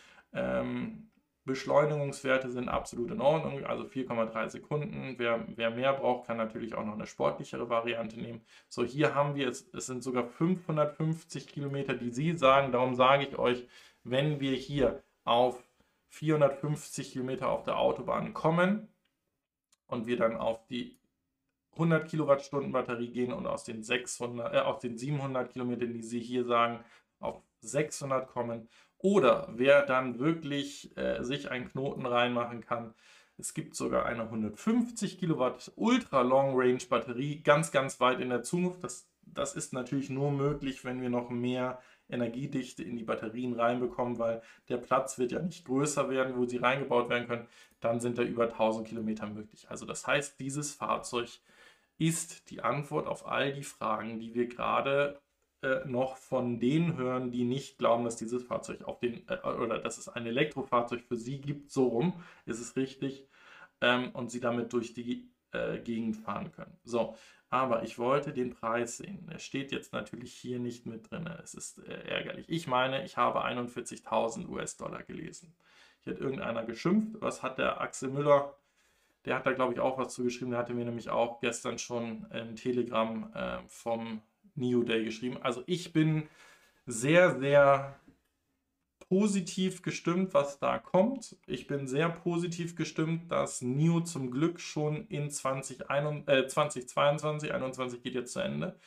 Beschleunigungswerte sind absolut in Ordnung, also 4,3 Sekunden. Wer mehr braucht, kann natürlich auch noch eine sportlichere Variante nehmen. So, hier haben wir es sind sogar 550 Kilometer, die Sie sagen. Darum sage ich euch, wenn wir hier auf 450 Kilometer auf der Autobahn kommen und wir dann auf die 100 Kilowattstunden Batterie gehen und aus den 700 Kilometern, die Sie hier sagen, auf 600 kommen. Oder wer dann wirklich sich einen Knoten reinmachen kann, es gibt sogar eine 150 Kilowatt Ultra Long Range Batterie ganz, ganz weit in der Zukunft. Das ist natürlich nur möglich, wenn wir noch mehr Energiedichte in die Batterien reinbekommen, weil der Platz wird ja nicht größer werden, wo sie reingebaut werden können. Dann sind da über 1000 Kilometer möglich. Also das heißt, dieses Fahrzeug ist die Antwort auf all die Fragen, die wir gerade noch von denen hören, die nicht glauben, dass dieses Fahrzeug oder dass es ein Elektrofahrzeug für sie gibt, so rum ist es richtig, und sie damit durch die Gegend fahren können. So, aber ich wollte den Preis sehen. Der steht jetzt natürlich hier nicht mit drin. Es ist ärgerlich. Ich meine, ich habe 41.000 US-Dollar gelesen. Hier hat irgendeiner geschimpft. Was hat der Axel Müller? Der hat da, glaube ich, auch was zugeschrieben. Der hatte mir nämlich auch gestern schon ein Telegramm vom NIO Day geschrieben. Also ich bin sehr, sehr positiv gestimmt, was da kommt. Ich bin sehr positiv gestimmt, dass NIO zum Glück schon in 2022, 2021 geht jetzt zu Ende,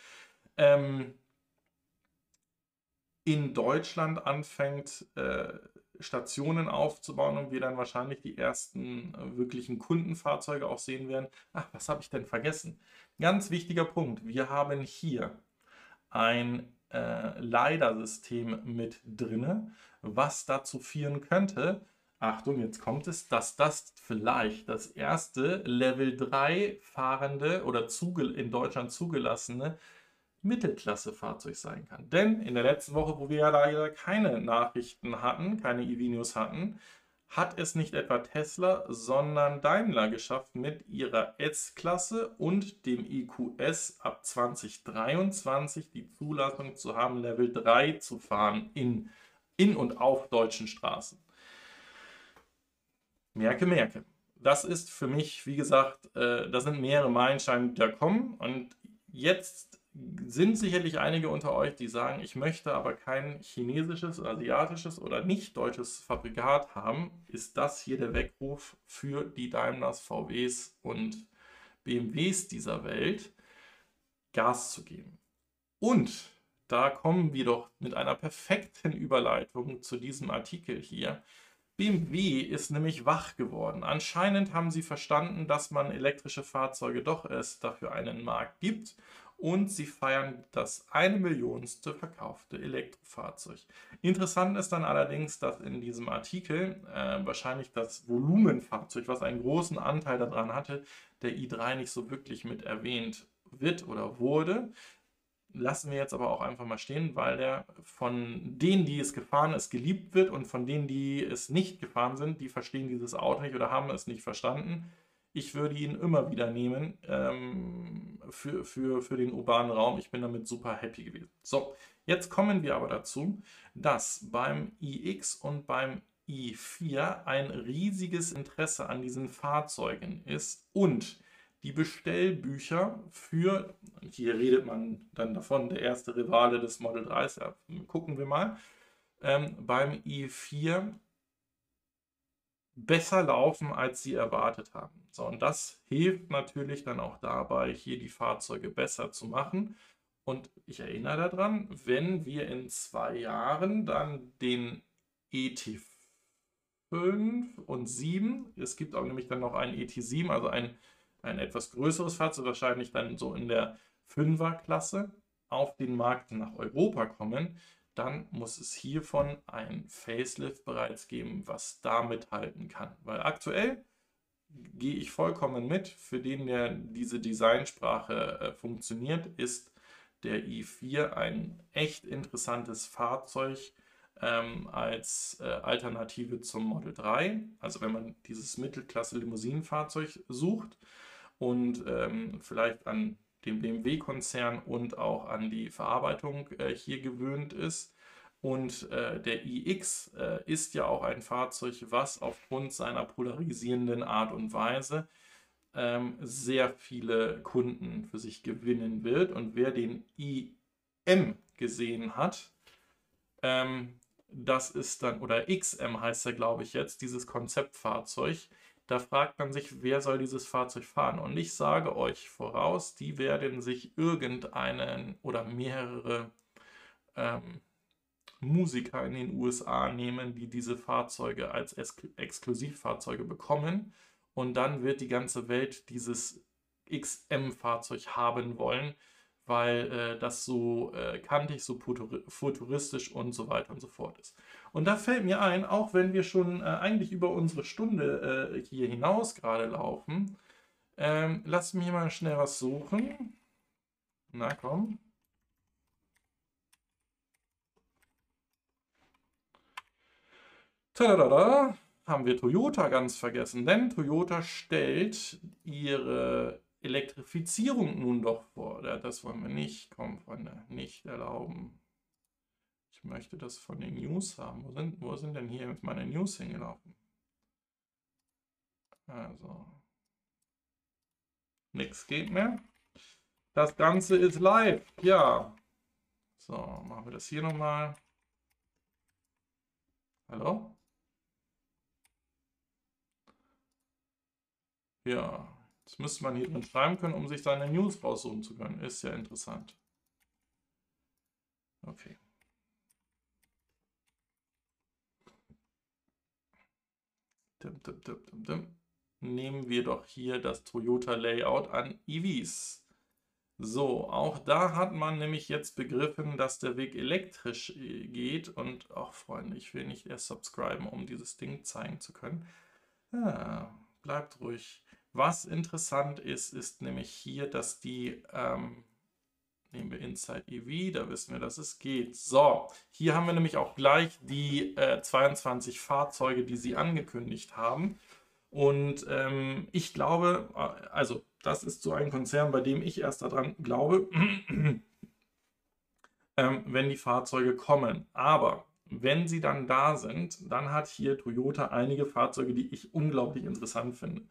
in Deutschland anfängt, Stationen aufzubauen und wir dann wahrscheinlich die ersten wirklichen Kundenfahrzeuge auch sehen werden. Ach, was habe ich denn vergessen? Ganz wichtiger Punkt. Wir haben hier ein LiDAR-System mit drinne, was dazu führen könnte, Achtung, jetzt kommt es, dass das vielleicht das erste Level 3 fahrende oder in Deutschland zugelassene Mittelklasse-Fahrzeug sein kann. Denn in der letzten Woche, wo wir ja leider keine Nachrichten hatten, keine EV-News hatten, hat es nicht etwa Tesla, sondern Daimler geschafft, mit ihrer S-Klasse und dem EQS ab 2023 die Zulassung zu haben, Level 3 zu fahren in und auf deutschen Straßen. Merke, merke. Das ist für mich, wie gesagt, das sind mehrere Meilensteine, die da kommen. Und jetzt sind sicherlich einige unter euch, die sagen, ich möchte aber kein chinesisches, asiatisches oder nicht deutsches Fabrikat haben. Ist das hier der Weckruf für die Daimlers, VWs und BMWs dieser Welt, Gas zu geben? Und da kommen wir doch mit einer perfekten Überleitung zu diesem Artikel hier. BMW ist nämlich wach geworden. Anscheinend haben sie verstanden, dass man elektrische Fahrzeuge doch erst dafür einen Markt gibt und sie feiern das 1 Millionste verkaufte Elektrofahrzeug. Interessant ist dann allerdings, dass in diesem Artikel wahrscheinlich das Volumenfahrzeug, was einen großen Anteil daran hatte, der i3 nicht so wirklich mit erwähnt wird oder wurde. Lassen wir jetzt aber auch einfach mal stehen, weil der von denen, die es gefahren ist, geliebt wird und von denen, die es nicht gefahren sind, die verstehen dieses Auto nicht oder haben es nicht verstanden. Ich würde ihn immer wieder nehmen für den urbanen Raum. Ich bin damit super happy gewesen. So, jetzt kommen wir aber dazu, dass beim iX und beim i4 ein riesiges Interesse an diesen Fahrzeugen ist und die Bestellbücher für, hier redet man dann davon, der erste Rivale des Model 3, ja, gucken wir mal, beim i4 besser laufen, als sie erwartet haben. So, und das hilft natürlich dann auch dabei, hier die Fahrzeuge besser zu machen. Und ich erinnere daran, wenn wir in 2 Jahren dann den ET5 und 7, es gibt auch nämlich dann noch einen ET7, also ein etwas größeres Fahrzeug, wahrscheinlich dann so in der 5er-Klasse, auf den Markt nach Europa kommen, dann muss es hiervon ein Facelift bereits geben, was da mithalten kann. Weil aktuell gehe ich vollkommen mit, für den, der diese Designsprache funktioniert, ist der i4 ein echt interessantes Fahrzeug als Alternative zum Model 3. Also wenn man dieses Mittelklasse-Limousinenfahrzeug sucht, und vielleicht an den BMW-Konzern und auch an die Verarbeitung hier gewöhnt ist. Und der iX ist ja auch ein Fahrzeug, was aufgrund seiner polarisierenden Art und Weise sehr viele Kunden für sich gewinnen wird. Und wer den iM gesehen hat, das ist dann, oder XM heißt er, glaube ich, jetzt, dieses Konzeptfahrzeug. Da fragt man sich, wer soll dieses Fahrzeug fahren? Und ich sage euch voraus, die werden sich irgendeinen oder mehrere Musiker in den USA nehmen, die diese Fahrzeuge als Exklusivfahrzeuge bekommen. Und dann wird die ganze Welt dieses XM-Fahrzeug haben wollen, weil das so kantig, so futuristisch und so weiter und so fort ist. Und da fällt mir ein, auch wenn wir schon eigentlich über unsere Stunde hier hinaus gerade laufen, lass mich mal schnell was suchen. Na komm. Tada, haben wir Toyota ganz vergessen, denn Toyota stellt ihre Elektrifizierung nun doch fordert. Das wollen wir nicht, komm Freunde, nicht erlauben. Ich möchte das von den News haben. Wo sind denn hier jetzt meine News hingelaufen? Also, nichts geht mehr. Das Ganze ist live, ja. So, machen wir das hier nochmal. Hallo? Ja, das müsste man hier drin schreiben können, um sich seine News raussuchen zu können. Ist ja interessant. Okay. Nehmen wir doch hier das Toyota Layout an EVs. So, auch da hat man nämlich jetzt begriffen, dass der Weg elektrisch geht. Und auch Freunde, ich will nicht erst subscriben, um dieses Ding zeigen zu können. Ja, bleibt ruhig. Was interessant ist, ist nämlich hier, dass die, nehmen wir Inside EV, da wissen wir, dass es geht. So, hier haben wir nämlich auch gleich die 22 Fahrzeuge, die sie angekündigt haben. Und ich glaube, also das ist so ein Konzern, bei dem ich erst daran glaube, wenn die Fahrzeuge kommen. Aber wenn sie dann da sind, dann hat hier Toyota einige Fahrzeuge, die ich unglaublich interessant finde.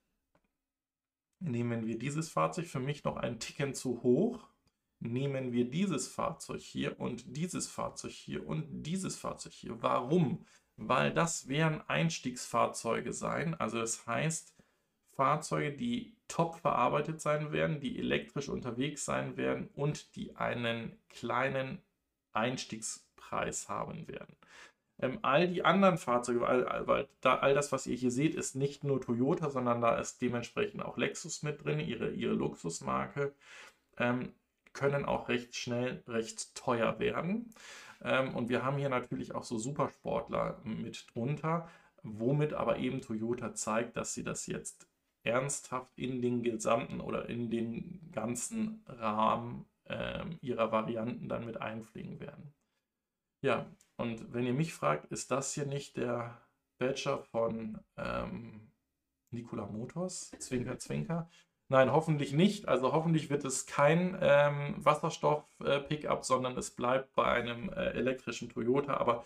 Nehmen wir dieses Fahrzeug, für mich noch ein Ticken zu hoch. Nehmen wir dieses Fahrzeug hier und dieses Fahrzeug hier und dieses Fahrzeug hier. Warum? Weil das werden Einstiegsfahrzeuge sein. Also das heißt, Fahrzeuge, die top verarbeitet sein werden, die elektrisch unterwegs sein werden und die einen kleinen Einstiegspreis haben werden. All die anderen Fahrzeuge, weil all das, was ihr hier seht, ist nicht nur Toyota, sondern da ist dementsprechend auch Lexus mit drin, ihre Luxusmarke, können auch recht schnell recht teuer werden. Und wir haben hier natürlich auch so Supersportler mit drunter, womit aber eben Toyota zeigt, dass sie das jetzt ernsthaft in den gesamten oder in den ganzen Rahmen ihrer Varianten dann mit einfliegen werden. Ja, und wenn ihr mich fragt, ist das hier nicht der Badger von Nikola Motors? Zwinker, zwinker. Nein, hoffentlich nicht. Also hoffentlich wird es kein Wasserstoff-Pickup, sondern es bleibt bei einem elektrischen Toyota. Aber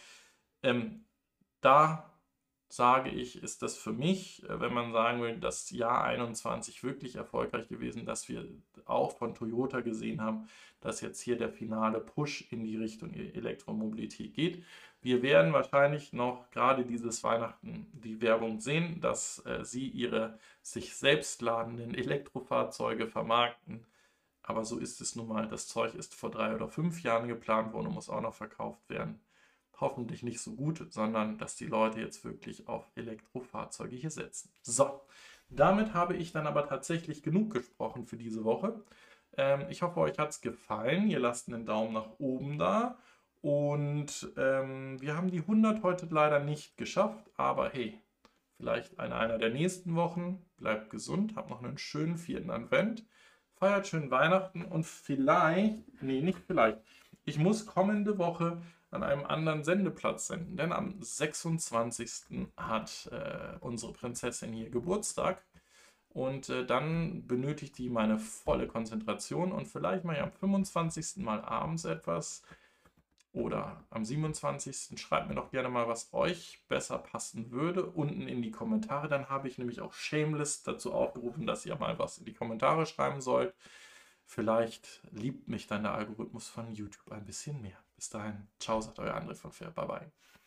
da sage ich, ist das für mich, wenn man sagen will, das Jahr 21 wirklich erfolgreich gewesen, dass wir auch von Toyota gesehen haben, dass jetzt hier der finale Push in die Richtung Elektromobilität geht. Wir werden wahrscheinlich noch gerade dieses Weihnachten die Werbung sehen, dass sie ihre sich selbst ladenden Elektrofahrzeuge vermarkten. Aber so ist es nun mal. Das Zeug ist vor 3 oder 5 Jahren geplant worden und muss auch noch verkauft werden. Hoffentlich nicht so gut, sondern dass die Leute jetzt wirklich auf Elektrofahrzeuge hier setzen. So, damit habe ich dann aber tatsächlich genug gesprochen für diese Woche. Ich hoffe, euch hat es gefallen. Ihr lasst einen Daumen nach oben da. Und wir haben die 100 heute leider nicht geschafft. Aber hey, vielleicht in einer der nächsten Wochen. Bleibt gesund, habt noch einen schönen 4. Advent. Feiert schön Weihnachten und vielleicht, nee, nicht vielleicht, ich muss kommende Woche an einem anderen Sendeplatz senden, denn am 26. hat unsere Prinzessin hier Geburtstag und dann benötigt die meine volle Konzentration und vielleicht mache ich am 25. mal abends etwas oder am 27. Schreibt mir doch gerne mal, was euch besser passen würde, unten in die Kommentare. Dann habe ich nämlich auch Shameless dazu aufgerufen, dass ihr mal was in die Kommentare schreiben sollt. Vielleicht liebt mich dann der Algorithmus von YouTube ein bisschen mehr. Bis dahin, ciao, sagt euer André von Fair. Bye, bye.